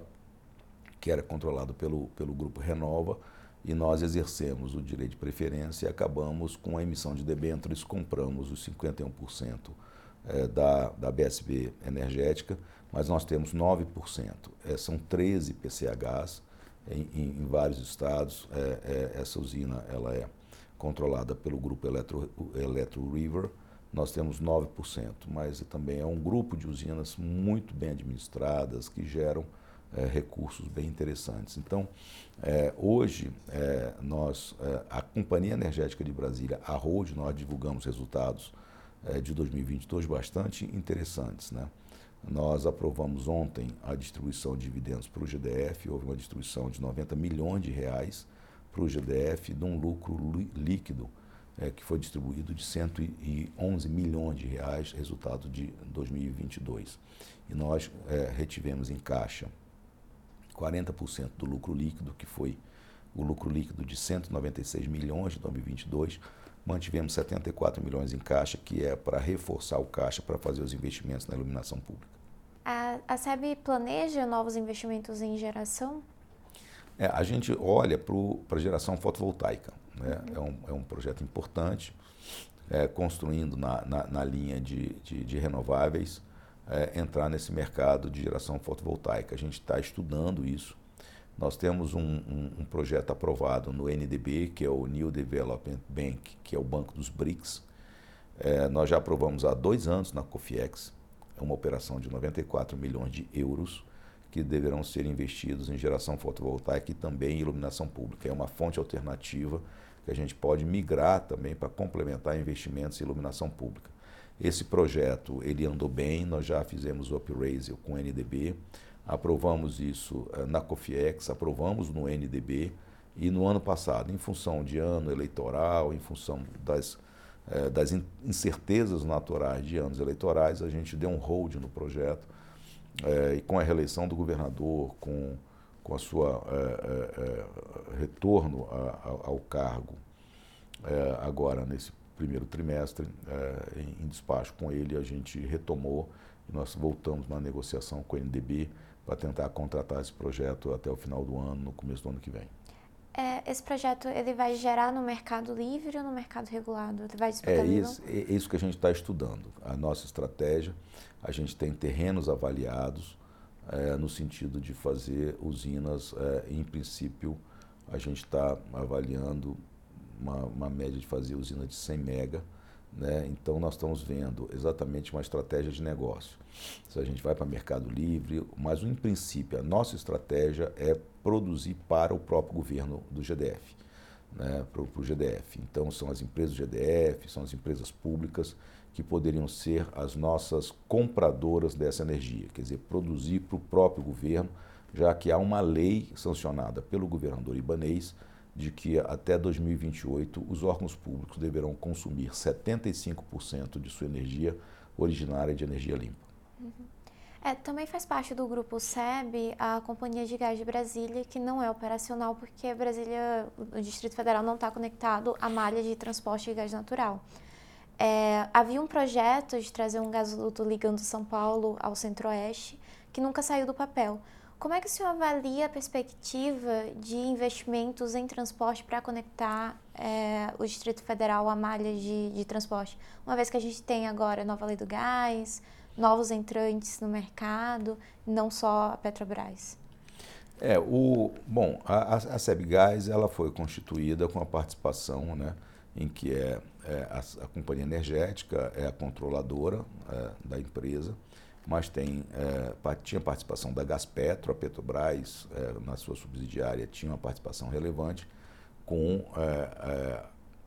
[SPEAKER 2] que era controlado pelo, pelo grupo Renova, e nós exercemos o direito de preferência e acabamos com a emissão de debêntures, compramos os cinquenta e um por cento é, da, da B S B Energética, mas nós temos nove por cento. É, são treze P C Hs em, em, em vários estados. É, é, essa usina ela é controlada pelo grupo Eletro, Eletro River. Nós temos nove por cento, mas também é um grupo de usinas muito bem administradas que geram é, recursos bem interessantes. Então, é, hoje, é, nós, é, a Companhia Energética de Brasília, a ROAD, nós divulgamos resultados é, de dois mil e vinte e dois bastante interessantes, né? Nós aprovamos ontem a distribuição de dividendos para o G D F, houve uma distribuição de noventa milhões de reais para o G D F, de um lucro líquido é, que foi distribuído de cento e onze milhões de reais, resultado de dois mil e vinte e dois. E nós é, retivemos em caixa quarenta por cento do lucro líquido, que foi o lucro líquido de cento e noventa e seis milhões de dois mil e vinte e dois, mantivemos setenta e quatro milhões em caixa, que é para reforçar o caixa para fazer os investimentos na iluminação pública.
[SPEAKER 1] A, a SEB planeja novos investimentos em geração?
[SPEAKER 2] É, a gente olha para a geração fotovoltaica, né? Uhum. É, um, é um projeto importante, é, construindo na, na, na linha de, de, de renováveis, é, entrar nesse mercado de geração fotovoltaica. A gente está estudando isso. Nós temos um, um, um projeto aprovado no N D B, que é o New Development Bank, que é o banco dos B R I C S. É, nós já aprovamos há dois anos na Cofiex, é uma operação de noventa e quatro milhões de euros, que deverão ser investidos em geração fotovoltaica e também em iluminação pública. É uma fonte alternativa que a gente pode migrar também para complementar investimentos em iluminação pública. Esse projeto, ele andou bem, nós já fizemos o appraisal com o N D B, aprovamos isso na Cofiex, aprovamos no N D B e no ano passado, em função de ano eleitoral, em função das, eh, das incertezas naturais de anos eleitorais, a gente deu um hold no projeto eh, e com a reeleição do governador, com, com a sua eh, eh, retorno a, a, ao cargo eh, agora nesse primeiro trimestre, eh, em, em despacho com ele, a gente retomou e nós voltamos na negociação com o N D B para tentar contratar esse projeto até o final do ano, no começo do ano que vem.
[SPEAKER 1] É, esse projeto ele vai gerar no mercado livre ou no mercado regulado? Ele vai disputar
[SPEAKER 2] é, isso, é isso que a gente está estudando. A nossa estratégia, a gente tem terrenos avaliados é, no sentido de fazer usinas, é, em princípio, a gente está avaliando uma, uma média de fazer usina de cem mega, né? Então nós estamos vendo exatamente uma estratégia de negócio. Se a gente vai para o mercado livre, mas em princípio a nossa estratégia é produzir para o próprio governo do G D F, né? Para o G D F. Então são as empresas do G D F, são as empresas públicas que poderiam ser as nossas compradoras dessa energia, quer dizer, produzir para o próprio governo, já que há uma lei sancionada pelo governador ibanês de que até dois mil e vinte e oito os órgãos públicos deverão consumir setenta e cinco por cento de sua energia originária de energia limpa.
[SPEAKER 1] Uhum. É, também faz parte do grupo S E B a Companhia de Gás de Brasília, que não é operacional porque Brasília, o Distrito Federal não está conectado à malha de transporte de gás natural. É, havia um projeto de trazer um gasoduto ligando São Paulo ao Centro-Oeste, que nunca saiu do papel. Como é que o senhor avalia a perspectiva de investimentos em transporte para conectar é, o Distrito Federal à malha de, de transporte? Uma vez que a gente tem agora a nova lei do gás, novos entrantes no mercado, não só a Petrobras.
[SPEAKER 2] É, o, bom, a, a SEBGás ela foi constituída com a participação, né, em que é, é a, a companhia energética é a controladora é, da empresa, mas tem, é, tinha participação da Gaspetro, a Petrobras, é, na sua subsidiária, tinha uma participação relevante com é, é,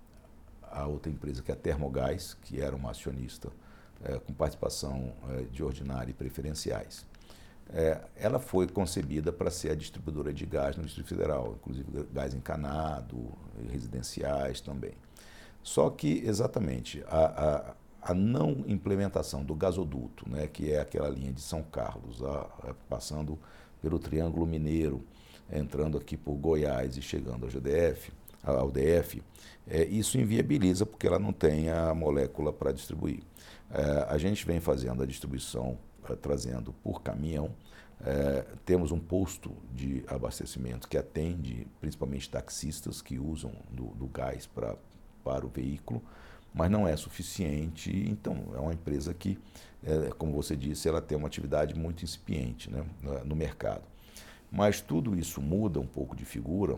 [SPEAKER 2] a outra empresa, que é a Termogás, que era uma acionista é, com participação é, de ordinária e preferenciais. É, ela foi concebida para ser a distribuidora de gás no Distrito Federal, inclusive gás encanado, residenciais também. Só que, exatamente, a, a a não implementação do gasoduto, né, que é aquela linha de São Carlos, a, a, passando pelo Triângulo Mineiro, entrando aqui por Goiás e chegando ao G D F, ao D F, é, isso inviabiliza porque ela não tem a molécula para distribuir. É, a gente vem fazendo a distribuição, é, trazendo por caminhão. É, temos um posto de abastecimento que atende principalmente taxistas que usam do, do gás pra, para o veículo, mas não é suficiente. Então, é uma empresa que, é, como você disse, ela tem uma atividade muito incipiente, né, no mercado. Mas tudo isso muda um pouco de figura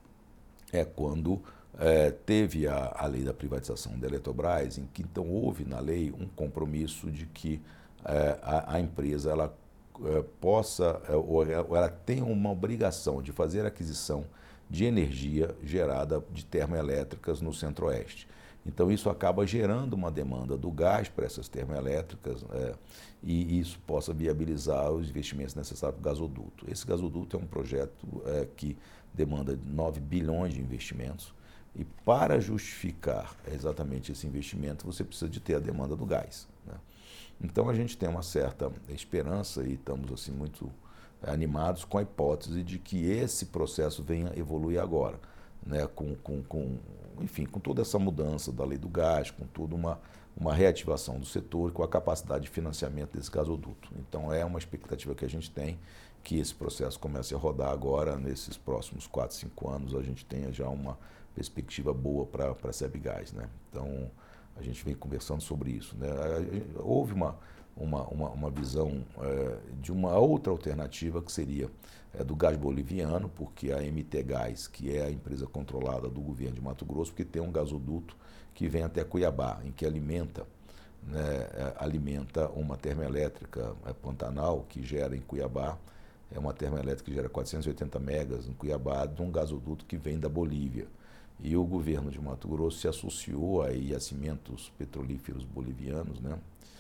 [SPEAKER 2] é quando é, teve a, a lei da privatização da Eletrobras, em que então houve na lei um compromisso de que é, a, a empresa ela é, possa, é, ou ela tem uma obrigação de fazer aquisição de energia gerada de termoelétricas no Centro-Oeste. Então, isso acaba gerando uma demanda do gás para essas termoelétricas é, e isso possa viabilizar os investimentos necessários para o gasoduto. Esse gasoduto é um projeto é, que demanda nove bilhões de investimentos e para justificar exatamente esse investimento, você precisa de ter a demanda do gás, né? Então, a gente tem uma certa esperança e estamos assim, muito animados com a hipótese de que esse processo venha evoluir agora. Né, com, com, com, enfim, com toda essa mudança da lei do gás, com toda uma, uma reativação do setor e com a capacidade de financiamento desse gasoduto. Então, é uma expectativa que a gente tem que esse processo comece a rodar agora, nesses próximos quatro, cinco anos, a gente tenha já uma perspectiva boa para a SEBGás, né? Então, a gente vem conversando sobre isso, né? Houve uma, uma, uma, uma visão é, de uma outra alternativa que seria é, do gás boliviano, porque a M T Gás, que é a empresa controlada do governo de Mato Grosso, porque tem um gasoduto que vem até Cuiabá, em que alimenta, né, alimenta uma termoelétrica é, Pantanal, que gera em Cuiabá, é uma termoelétrica que gera quatrocentos e oitenta megas em Cuiabá, de um gasoduto que vem da Bolívia. E o governo de Mato Grosso se associou aí a cimentos petrolíferos bolivianos, né,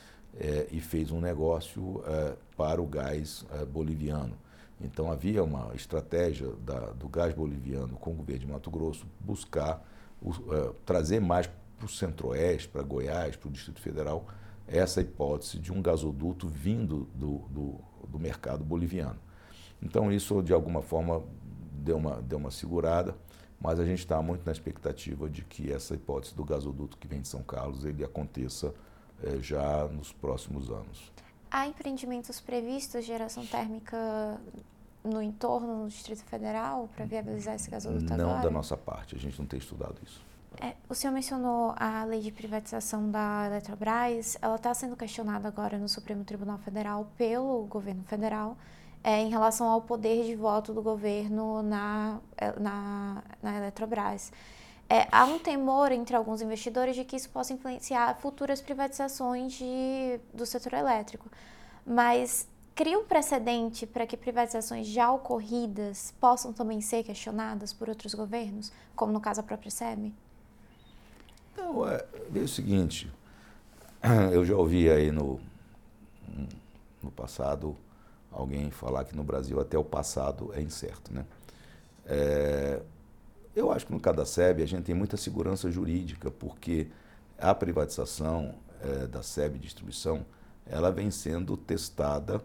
[SPEAKER 2] é, e fez um negócio é, para o gás é, boliviano. Então, havia uma estratégia da, do gás boliviano com o governo de Mato Grosso buscar o, uh, trazer mais para o Centro-Oeste, para Goiás, para o Distrito Federal, essa hipótese de um gasoduto vindo do, do, do mercado boliviano. Então, isso, de alguma forma, deu uma, deu uma segurada, mas a gente está muito na expectativa de que essa hipótese do gasoduto que vem de São Carlos ele aconteça eh, já nos próximos anos.
[SPEAKER 1] Há empreendimentos previstos de geração térmica no entorno do Distrito Federal para viabilizar esse gasoduto
[SPEAKER 2] não
[SPEAKER 1] agora?
[SPEAKER 2] Não da nossa parte, a gente não tem estudado isso.
[SPEAKER 1] É, o senhor mencionou a lei de privatização da Eletrobras, ela está sendo questionada agora no Supremo Tribunal Federal pelo governo federal é, em relação ao poder de voto do governo na, na, na Eletrobras. É, há um temor entre alguns investidores de que isso possa influenciar futuras privatizações de, do setor elétrico, mas cria um precedente para que privatizações já ocorridas possam também ser questionadas por outros governos, como no caso a própria S E B?
[SPEAKER 2] Não, é, é o seguinte, eu já ouvi aí no, no passado alguém falar que no Brasil até o passado é incerto, né? É, eu acho que no caso da S E B a gente tem muita segurança jurídica, porque a privatização é, da S E B Distribuição, ela vem sendo testada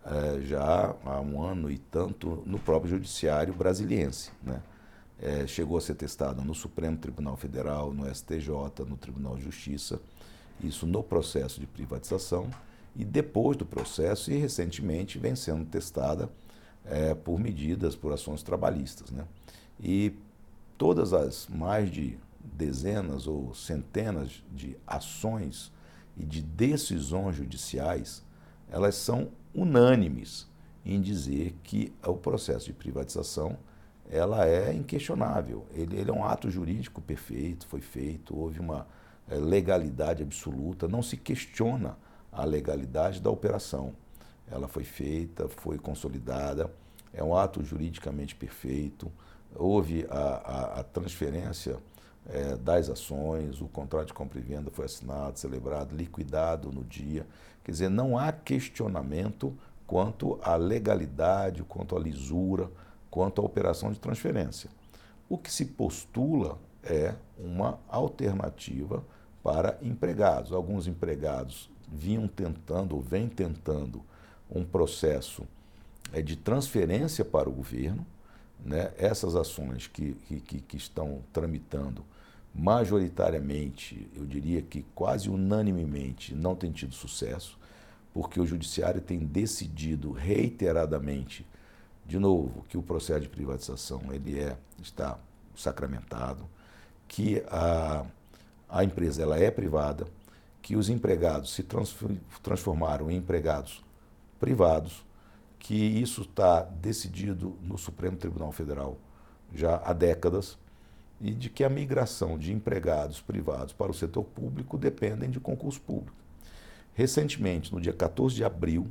[SPEAKER 2] é, já há um ano e tanto no próprio judiciário brasiliense, né? É, chegou a ser testada no Supremo Tribunal Federal, no S T J, no Tribunal de Justiça, isso no processo de privatização, e depois do processo, e recentemente vem sendo testada é, por medidas, por ações trabalhistas, né? E todas as mais de dezenas ou centenas de ações e de decisões judiciais, elas são unânimes em dizer que o processo de privatização ela é inquestionável. Ele, ele é um ato jurídico perfeito, foi feito, houve uma é, legalidade absoluta, não se questiona a legalidade da operação. Ela foi feita, foi consolidada, é um ato juridicamente perfeito, houve a, a, a transferência é, das ações, o contrato de compra e venda foi assinado, celebrado, liquidado no dia. Quer dizer, não há questionamento quanto à legalidade, quanto à lisura, quanto à operação de transferência. O que se postula é uma alternativa para empregados. Alguns empregados vinham tentando, ou vêm tentando, um processo é, de transferência para o governo, né? Essas ações que, que, que estão tramitando, majoritariamente, eu diria que quase unanimemente, não têm tido sucesso, porque o judiciário tem decidido reiteradamente, de novo, que o processo de privatização ele é, está sacramentado, que a, a empresa ela é privada, que os empregados se transformaram em empregados privados, que isso está decidido no Supremo Tribunal Federal já há décadas, e de que a migração de empregados privados para o setor público dependem de concurso público. Recentemente, no dia quatorze de abril,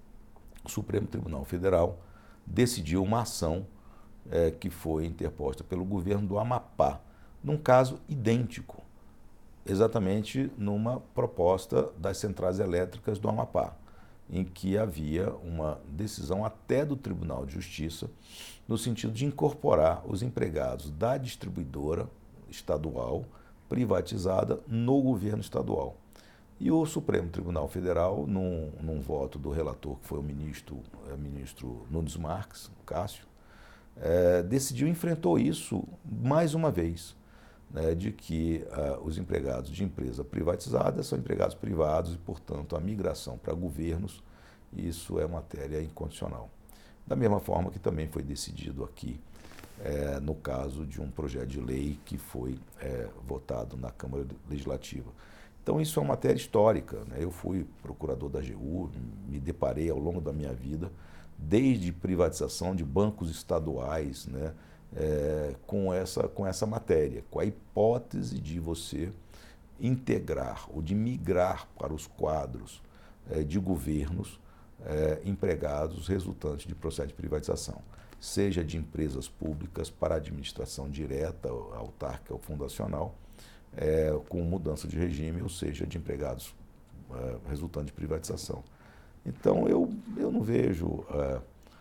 [SPEAKER 2] o Supremo Tribunal Federal decidiu uma ação é, que foi interposta pelo governo do Amapá, num caso idêntico, exatamente numa proposta das centrais elétricas do Amapá, em que havia uma decisão até do Tribunal de Justiça no sentido de incorporar os empregados da distribuidora estadual privatizada no governo estadual. E o Supremo Tribunal Federal, num, num voto do relator, que foi o ministro, é, ministro Nunes Marques, Cássio, é, decidiu, enfrentou isso mais uma vez, né, de que uh, os empregados de empresa privatizada são empregados privados e, portanto, a migração para governos, isso é matéria incondicional. Da mesma forma que também foi decidido aqui, é, no caso de um projeto de lei que foi é, votado na Câmara Legislativa. Então, isso é uma matéria histórica, né? Eu fui procurador da A G U, me deparei ao longo da minha vida, desde privatização de bancos estaduais, né? É, com, essa, com essa matéria, com a hipótese de você integrar ou de migrar para os quadros é, de governos é, empregados resultantes de processo de privatização, seja de empresas públicas para administração direta, autárquica ou fundacional, é, com mudança de regime, ou seja, de empregados é, resultantes de privatização. Então, eu, eu não vejo é,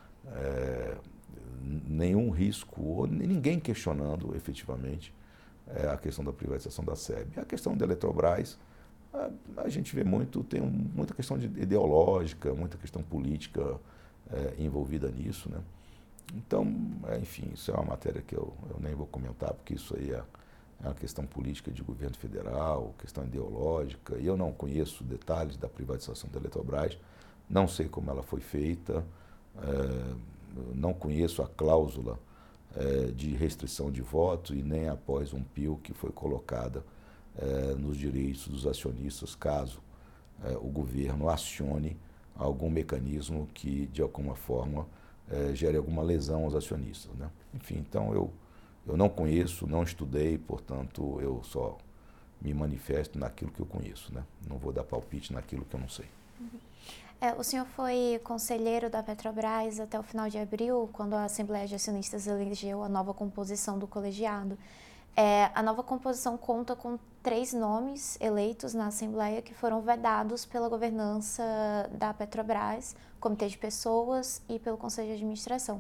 [SPEAKER 2] é, nenhum risco, ou ninguém questionando efetivamente é, a questão da privatização da S E B. A questão da Eletrobras, a, a gente vê muito, tem um, muita questão de ideológica, muita questão política é, envolvida nisso, né? Então, é, enfim, isso é uma matéria que eu, eu nem vou comentar, porque isso aí é, é uma questão política de governo federal, questão ideológica, e eu não conheço detalhes da privatização da Eletrobras, não sei como ela foi feita, é, não conheço a cláusula é, de restrição de voto e nem após um P I L que foi colocada é, nos direitos dos acionistas, caso é, o governo acione algum mecanismo que, de alguma forma, é, gere alguma lesão aos acionistas, né? Enfim, então eu, eu não conheço, não estudei, portanto, eu só me manifesto naquilo que eu conheço, né? Não vou dar palpite naquilo que eu não sei.
[SPEAKER 1] Uhum. É, o senhor foi conselheiro da Petrobras até o final de abril, quando a Assembleia de Acionistas elegeu a nova composição do colegiado. É, a nova composição conta com três nomes eleitos na Assembleia que foram vedados pela governança da Petrobras, Comitê de Pessoas e pelo Conselho de Administração.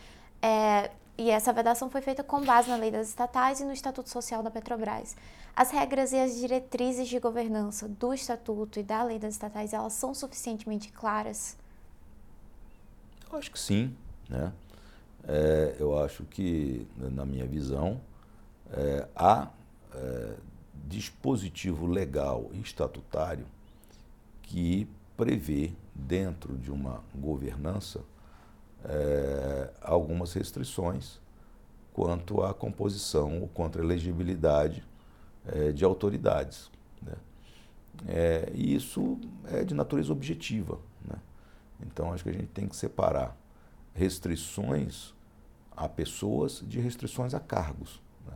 [SPEAKER 1] É, e essa vedação foi feita com base na lei das estatais e no Estatuto Social da Petrobras. As regras e as diretrizes de governança do Estatuto e da lei das estatais, elas são suficientemente claras?
[SPEAKER 2] Acho que sim, né? É, eu acho que, na minha visão, é, há é, dispositivo legal e estatutário que prevê, dentro de uma governança, é, algumas restrições quanto à composição ou contra a elegibilidade é, de autoridades, né? É, e isso é de natureza objetiva, né? Então, acho que a gente tem que separar restrições a pessoas de restrições a cargos, né?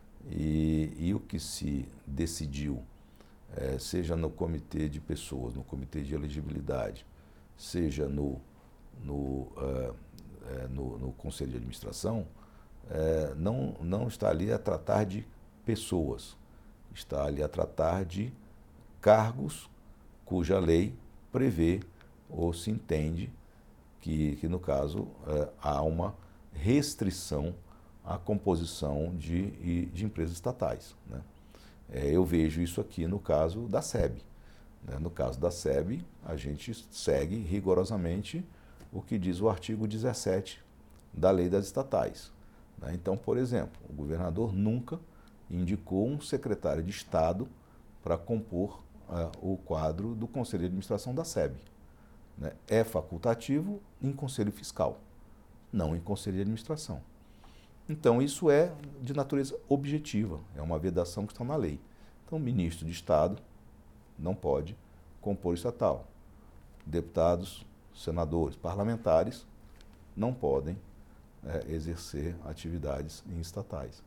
[SPEAKER 2] E, e o que se decidiu, é, seja no comitê de pessoas, no comitê de elegibilidade, seja no, no, uh, é, no, no conselho de administração, é, não, não está ali a tratar de pessoas, está ali a tratar de cargos cuja lei prevê ou se entende que, que no caso, é, há uma restrição à composição de, de empresas estatais, né? É, eu vejo isso aqui no caso da S E B, né? No caso da S E B, a gente segue rigorosamente o que diz o artigo dezessete da lei das estatais, né? Então, por exemplo, o governador nunca indicou um secretário de Estado para compor uh, o quadro do Conselho de Administração da S E B, né? É facultativo em Conselho Fiscal, não em Conselho de Administração. Então, isso é de natureza objetiva, é uma vedação que está na lei. Então, o ministro de Estado não pode compor estatal. Deputados, senadores, parlamentares não podem é, exercer atividades em estatais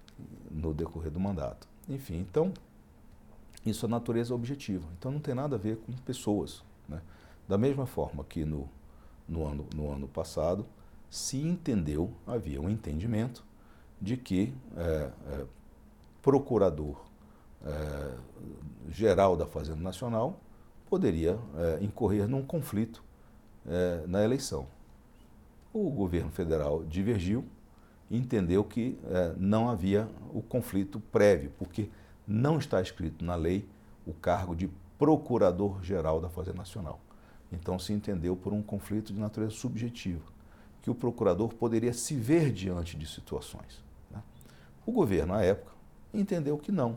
[SPEAKER 2] no decorrer do mandato. Enfim, então, isso é natureza objetiva. Então, não tem nada a ver com pessoas, né? Da mesma forma que no, no, ano, no ano passado se entendeu, havia um entendimento de que é, é, procurador é, geral da Fazenda Nacional poderia é, incorrer num conflito é, na eleição. O governo federal divergiu e entendeu que é, não havia o conflito prévio, porque não está escrito na lei o cargo de procurador-geral da Fazenda Nacional. Então se entendeu por um conflito de natureza subjetiva, que o procurador poderia se ver diante de situações, né? O governo, à época, entendeu que não,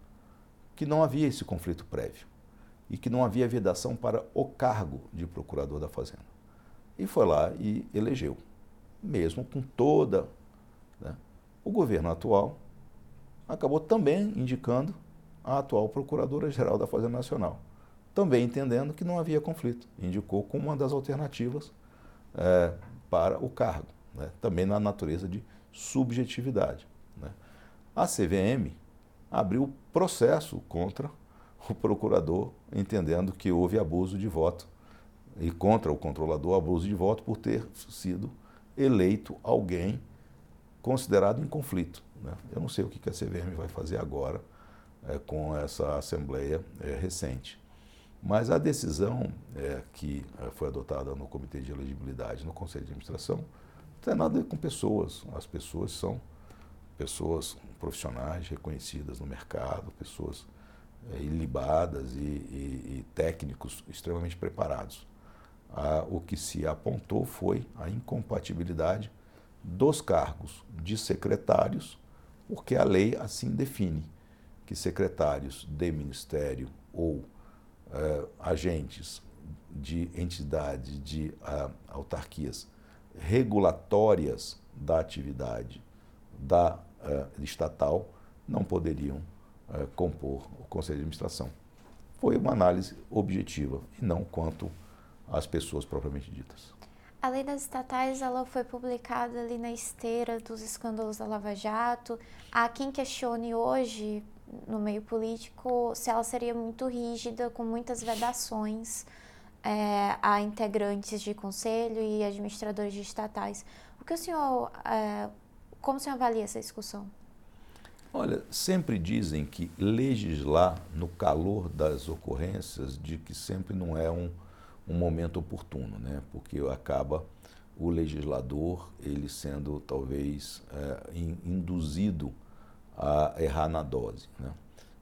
[SPEAKER 2] que não havia esse conflito prévio e que não havia vedação para o cargo de procurador da Fazenda. E foi lá e elegeu, mesmo com toda, né? O governo atual acabou também indicando a atual Procuradora-Geral da Fazenda Nacional, também entendendo que não havia conflito, indicou como uma das alternativas é, para o cargo, né? Também na natureza de subjetividade, né? A C V M abriu processo contra o procurador, entendendo que houve abuso de voto, e contra o controlador abuso de voto por ter sido eleito alguém considerado em conflito, né? Eu não sei o que a C V M vai fazer agora é, com essa assembleia é, recente. Mas a decisão é, que foi adotada no Comitê de Elegibilidade, no Conselho de Administração, não tem nada a ver com pessoas. As pessoas são pessoas profissionais reconhecidas no mercado, pessoas é, ilibadas e, e, e técnicos extremamente preparados. Ah, o que se apontou foi a incompatibilidade dos cargos de secretários, porque a lei assim define que secretários de ministério ou Uh, agentes de entidades, de uh, autarquias regulatórias da atividade da uh, estatal não poderiam uh, compor o Conselho de Administração. Foi uma análise objetiva e não quanto às pessoas propriamente ditas.
[SPEAKER 1] A lei das estatais, ela foi publicada ali na esteira dos escândalos da Lava Jato. Há quem questione hoje, no meio político, se ela seria muito rígida, com muitas vedações é, a integrantes de conselho e administradores de estatais. O que o senhor, é, como o senhor avalia essa discussão?
[SPEAKER 2] Olha, sempre dizem que legislar no calor das ocorrências, de que sempre não é um, um momento oportuno, né? Porque acaba o legislador, ele sendo talvez é, induzido a errar na dose, né?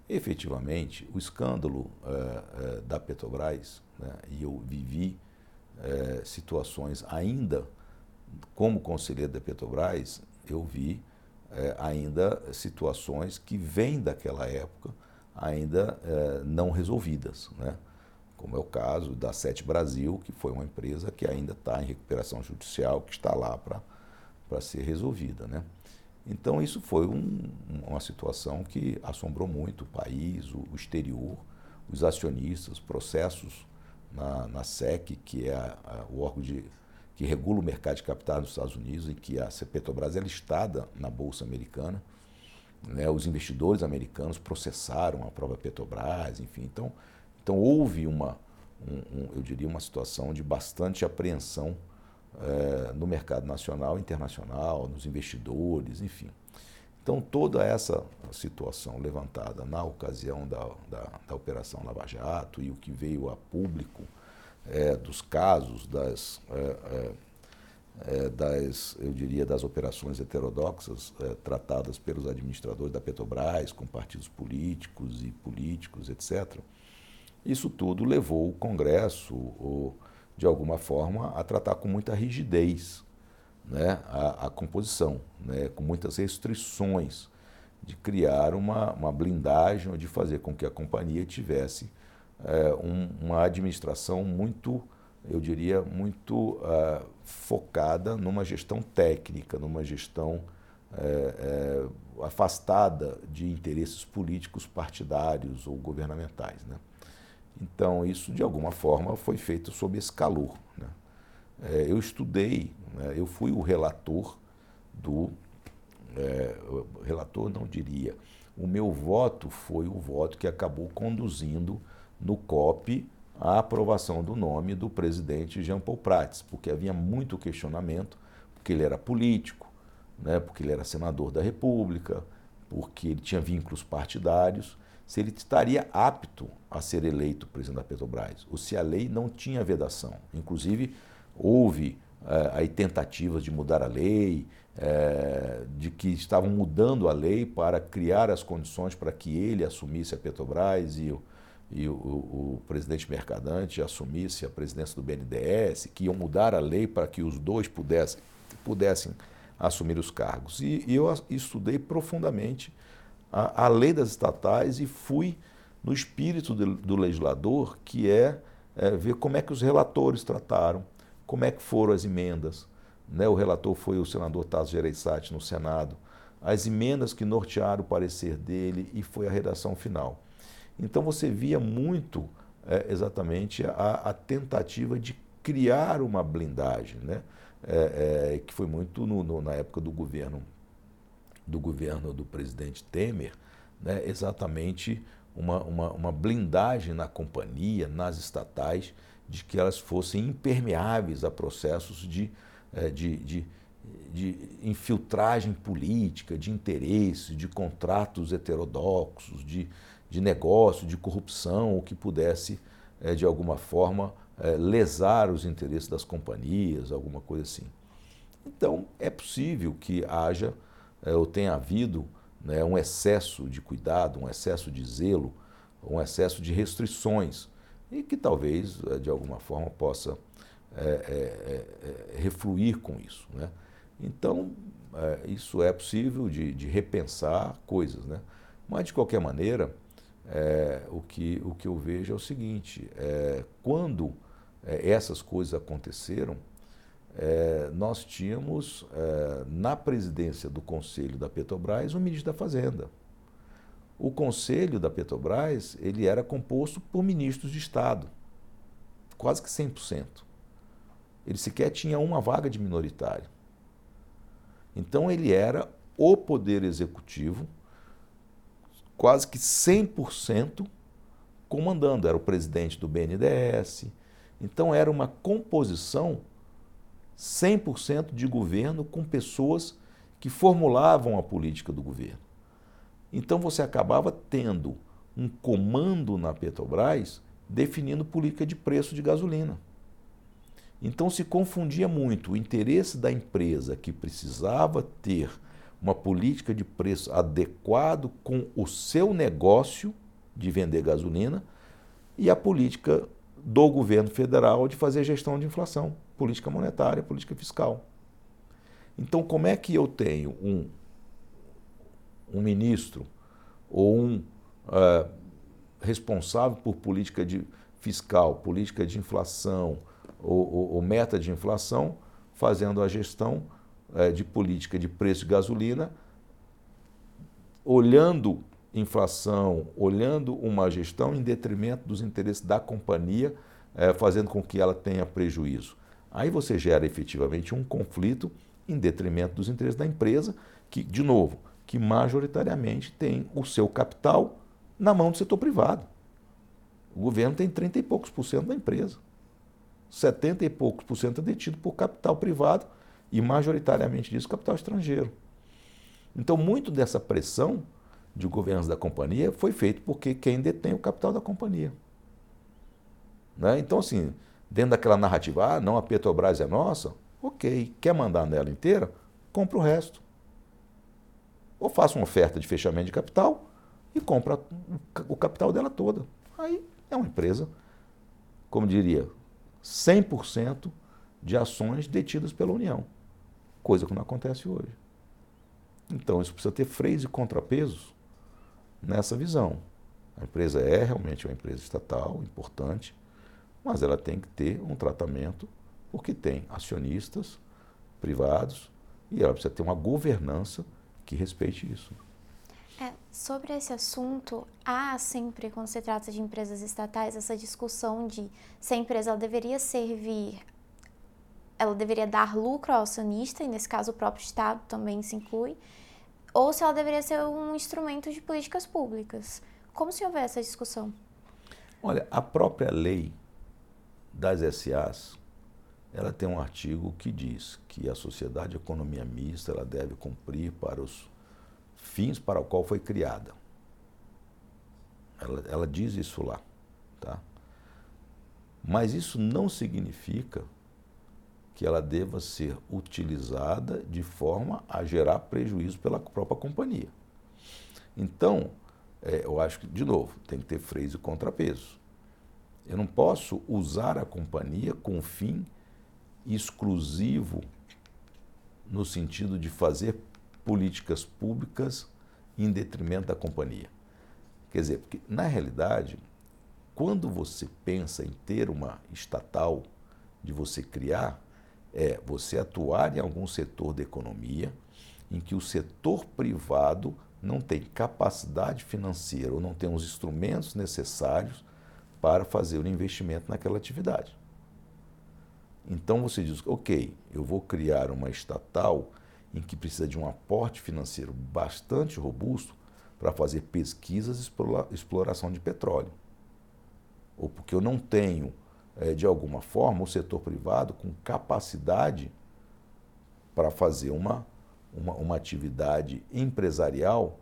[SPEAKER 2] Efetivamente, o escândalo uh, uh, da Petrobras, né, e eu vivi é, situações ainda, como conselheiro da Petrobras, eu vi é, ainda situações que vêm daquela época ainda é, não resolvidas, né? Como é o caso da Sete Brasil, que foi uma empresa que ainda está em recuperação judicial, que está lá para ser resolvida, né? Então isso foi um, uma situação que assombrou muito o país, o, o exterior, os acionistas, processos na, na S E C, que é a, a, o órgão de, que regula o mercado de capitais nos Estados Unidos, e que a Petrobras é listada na Bolsa Americana, né? Os investidores americanos processaram a própria Petrobras, enfim. Então, então houve uma, um, um, eu diria, uma situação de bastante apreensão é, no mercado nacional e internacional, nos investidores, enfim. Então, toda essa situação levantada na ocasião da, da, da Operação Lava Jato e o que veio a público é, dos casos, das, é, é, das, eu diria, das operações heterodoxas é, tratadas pelos administradores da Petrobras, com partidos políticos e políticos, etcétera, isso tudo levou o Congresso, ou, de alguma forma, a tratar com muita rigidez, né, a, a composição, né, com muitas restrições de criar uma, uma blindagem ou de fazer com que a companhia tivesse é, um, uma administração muito, eu diria, muito uh, focada numa gestão técnica, numa gestão é, é, afastada de interesses políticos partidários ou governamentais, né? Então, isso, de alguma forma, foi feito sob esse calor, né? É, eu estudei, né, eu fui o relator do... É, relator não diria. O meu voto foi o voto que acabou conduzindo no C O P a aprovação do nome do presidente Jean Paul Prats, porque havia muito questionamento, porque ele era político, né, porque ele era senador da República, porque ele tinha vínculos partidários, se ele estaria apto a ser eleito presidente da Petrobras, ou se a lei não tinha vedação. Inclusive, houve é, aí tentativas de mudar a lei, é, de que estavam mudando a lei para criar as condições para que ele assumisse a Petrobras e o, e o, o, o presidente Mercadante assumisse a presidência do B N D E S, que iam mudar a lei para que os dois pudessem, pudessem assumir os cargos. E, e eu estudei profundamente a, a lei das estatais e fui no espírito do, do legislador, que é, é ver como é que os relatores trataram, como é que foram as emendas, né? O relator foi o senador Tasso Gereissati no Senado, as emendas que nortearam o parecer dele e foi a redação final. Então você via muito é, exatamente a, a tentativa de criar uma blindagem, né? É, é, que foi muito no, no, na época do governo do governo do presidente Temer, né? Exatamente uma, uma, uma blindagem na companhia, nas estatais, de que elas fossem impermeáveis a processos de, de, de, de infiltragem política, de interesse, de contratos heterodoxos, de, de negócio, de corrupção, ou que pudesse, de alguma forma, lesar os interesses das companhias, alguma coisa assim. Então, é possível que haja, ou tenha havido, né, um excesso de cuidado, um excesso de zelo, um excesso de restrições, e que talvez, de alguma forma, possa é, é, é, refluir com isso, né? Então, é, isso é possível de, de repensar coisas, né? Mas, de qualquer maneira, é, o, que, o que eu vejo é o seguinte, é, quando é, essas coisas aconteceram, é, nós tínhamos, é, na presidência do Conselho da Petrobras, o ministro da Fazenda. O Conselho da Petrobras, ele era composto por ministros de Estado, quase que cem por cento. Ele sequer tinha uma vaga de minoritário. Então, ele era o poder executivo, quase que cem por cento comandando. Era o presidente do B N D E S. Então, era uma composição cem por cento de governo com pessoas que formulavam a política do governo. Então, você acabava tendo um comando na Petrobras definindo política de preço de gasolina. Então, se confundia muito o interesse da empresa, que precisava ter uma política de preço adequado com o seu negócio de vender gasolina, e a política do governo federal de fazer gestão de inflação, política monetária, política fiscal. Então, como é que eu tenho um, um ministro ou um uh, responsável por política de fiscal, política de inflação ou, ou, ou meta de inflação, fazendo a gestão uh, de política de preço de gasolina, olhando inflação, olhando uma gestão em detrimento dos interesses da companhia, uh, fazendo com que ela tenha prejuízo. Aí você gera efetivamente um conflito em detrimento dos interesses da empresa, que, de novo, que majoritariamente tem o seu capital na mão do setor privado. O governo tem trinta e poucos por cento da empresa. setenta e poucos por cento é detido por capital privado e majoritariamente disso capital estrangeiro. Então, muito dessa pressão de governos da companhia foi feito porque quem detém o capital da companhia. Né? Então, assim, dentro daquela narrativa, ah, não, a Petrobras é nossa, ok, quer mandar nela inteira? Compra o resto. Ou faça uma oferta de fechamento de capital e compra o capital dela toda. Aí é uma empresa, como diria, cem por cento de ações detidas pela União, coisa que não acontece hoje. Então, isso precisa ter freios e contrapesos nessa visão. A empresa é realmente uma empresa estatal, importante, mas ela tem que ter um tratamento porque tem acionistas privados e ela precisa ter uma governança que respeite isso.
[SPEAKER 1] É, sobre esse assunto, há sempre, quando se trata de empresas estatais, essa discussão de se a empresa ela deveria servir, ela deveria dar lucro ao acionista, e nesse caso o próprio Estado também se inclui, ou se ela deveria ser um instrumento de políticas públicas. Como se houver essa discussão?
[SPEAKER 2] Olha, a própria lei das S As, ela tem um artigo que diz que a sociedade de economia mista ela deve cumprir para os fins para o qual foi criada. Ela, ela diz isso lá, tá? Mas isso não significa que ela deva ser utilizada de forma a gerar prejuízo pela própria companhia. Então, é, eu acho que, de novo, tem que ter freios e contrapesos. Eu não posso usar a companhia com fim exclusivo no sentido de fazer políticas públicas em detrimento da companhia. Quer dizer, porque, na realidade, quando você pensa em ter uma estatal, de você criar, é você atuar em algum setor da economia em que o setor privado não tem capacidade financeira ou não tem os instrumentos necessários para fazer o investimento naquela atividade. Então você diz, ok, eu vou criar uma estatal em que precisa de um aporte financeiro bastante robusto para fazer pesquisas e exploração de petróleo. Ou porque eu não tenho, é, de alguma forma, o setor privado com capacidade para fazer uma, uma, uma atividade empresarial,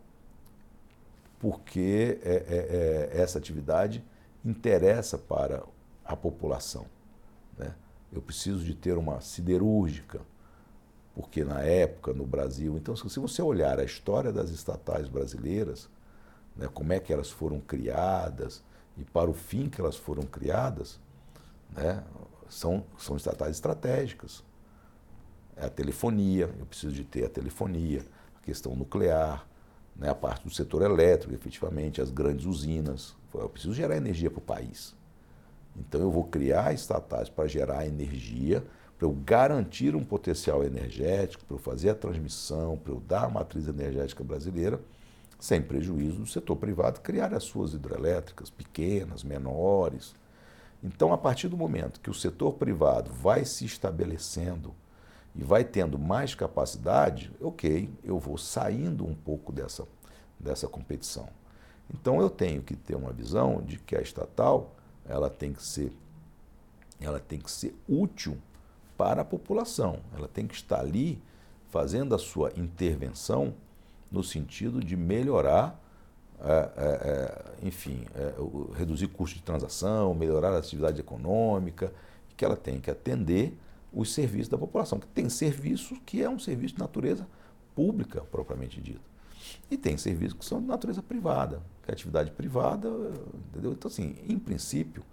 [SPEAKER 2] porque é, é, é, essa atividade interessa para a população, né? Eu preciso de ter uma siderúrgica, porque na época, no Brasil... Então, se você olhar a história das estatais brasileiras, né, como é que elas foram criadas e para o fim que elas foram criadas, né, são, são estatais estratégicas. É a telefonia, eu preciso de ter a telefonia, a questão nuclear, né, a parte do setor elétrico, efetivamente, as grandes usinas. Eu preciso gerar energia para o país. Então, eu vou criar estatais para gerar energia, para eu garantir um potencial energético, para eu fazer a transmissão, para eu dar a matriz energética brasileira, sem prejuízo do setor privado criar as suas hidrelétricas, pequenas, menores. Então, a partir do momento que o setor privado vai se estabelecendo e vai tendo mais capacidade, ok, eu vou saindo um pouco dessa, dessa competição. Então, eu tenho que ter uma visão de que a estatal ela tem que ser, ela tem que ser útil para a população. Ela tem que estar ali fazendo a sua intervenção no sentido de melhorar, é, é, enfim, é, reduzir custo de transação, melhorar a atividade econômica, que ela tem que atender os serviços da população, que tem serviço que é um serviço de natureza pública, propriamente dito. E tem serviços que são de natureza privada, que é atividade privada, entendeu? Então, assim, em princípio,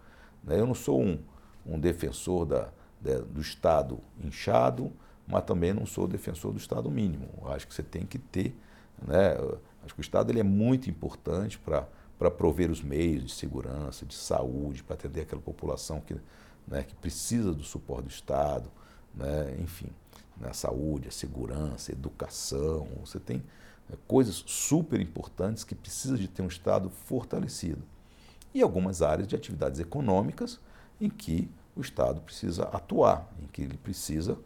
[SPEAKER 2] né? Eu não sou um, um defensor da, da, do Estado inchado, mas também não sou defensor do Estado mínimo. Eu acho que você tem que ter, né? Acho que o Estado ele é muito importante para para prover os meios de segurança, de saúde, para atender aquela população que, né, que precisa do suporte do Estado, né? Enfim, né, a saúde, a segurança, a educação. Você tem é, coisas super importantes que precisa de ter um Estado fortalecido. E algumas áreas de atividades econômicas em que o Estado precisa atuar, em que ele precisa,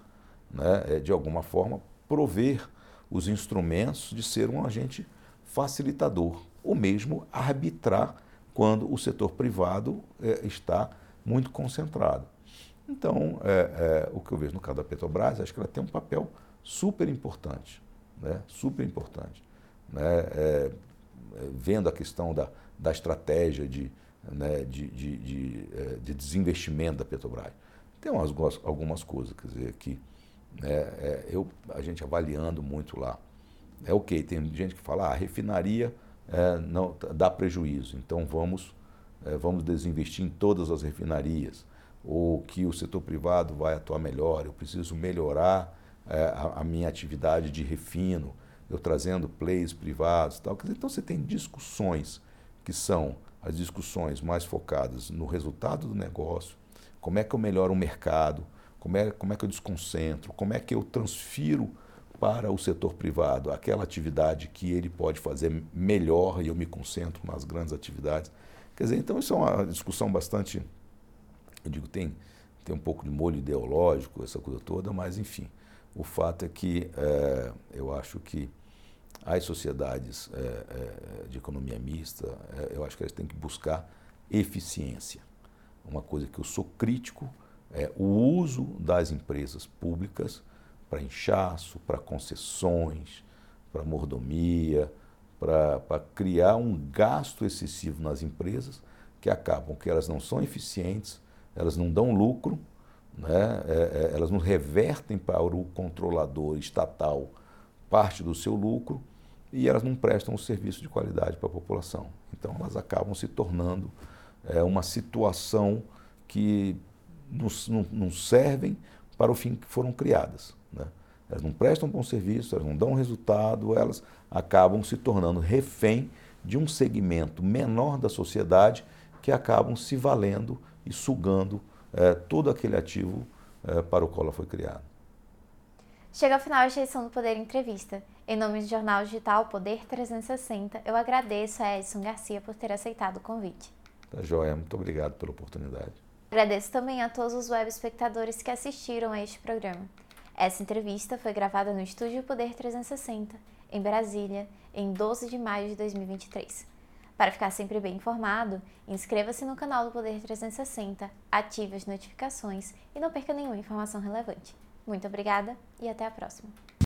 [SPEAKER 2] né, de alguma forma, prover os instrumentos de ser um agente facilitador, ou mesmo arbitrar quando o setor privado é, está muito concentrado. Então, é, é, o que eu vejo no caso da Petrobras, acho que ela tem um papel super importante, né? Super importante, né? É, é, vendo a questão da, da estratégia de, né, de, de, de, de desinvestimento da Petrobras. Tem umas, algumas coisas, quer dizer, que né, é, eu, a gente avaliando muito lá, é ok, tem gente que fala, ah, a refinaria é, não, dá prejuízo, então vamos, é, vamos desinvestir em todas as refinarias, ou que o setor privado vai atuar melhor, eu preciso melhorar é, a, a minha atividade de refino, eu trazendo players privados e tal. Quer dizer, então você tem discussões que são as discussões mais focadas no resultado do negócio, como é que eu melhoro o mercado, como é, como é que eu desconcentro, como é que eu transfiro para o setor privado aquela atividade que ele pode fazer melhor e eu me concentro nas grandes atividades. Quer dizer, então isso é uma discussão bastante, eu digo, tem, tem um pouco de molho ideológico, essa coisa toda, mas enfim, o fato é que é, eu acho que as sociedades é, é, de economia mista, é, eu acho que elas têm que buscar eficiência. Uma coisa que eu sou crítico é o uso das empresas públicas para inchaço, para concessões, para mordomia, para, para criar um gasto excessivo nas empresas que acabam que elas não são eficientes, elas não dão lucro, né? é, é, elas não revertem para o controlador estatal parte do seu lucro e elas não prestam um serviço de qualidade para a população. Então elas acabam se tornando é, uma situação que não, não, não servem para o fim que foram criadas, né? Elas não prestam bom serviço, elas não dão resultado, elas acabam se tornando refém de um segmento menor da sociedade que acabam se valendo e sugando é, todo aquele ativo é, para o qual ela foi criada.
[SPEAKER 1] Chega ao final esta edição do Poder Entrevista. Em nome do jornal digital Poder trezentos e sessenta, eu agradeço a Edson Garcia por ter aceitado o convite.
[SPEAKER 2] Tá joia, muito obrigado pela oportunidade.
[SPEAKER 1] Agradeço também a todos os web espectadores que assistiram a este programa. Essa entrevista foi gravada no Estúdio Poder trezentos e sessenta, em Brasília, em doze de maio de dois mil e vinte e três. Para ficar sempre bem informado, inscreva-se no canal do Poder trezentos e sessenta, ative as notificações e não perca nenhuma informação relevante. Muito obrigada e até a próxima.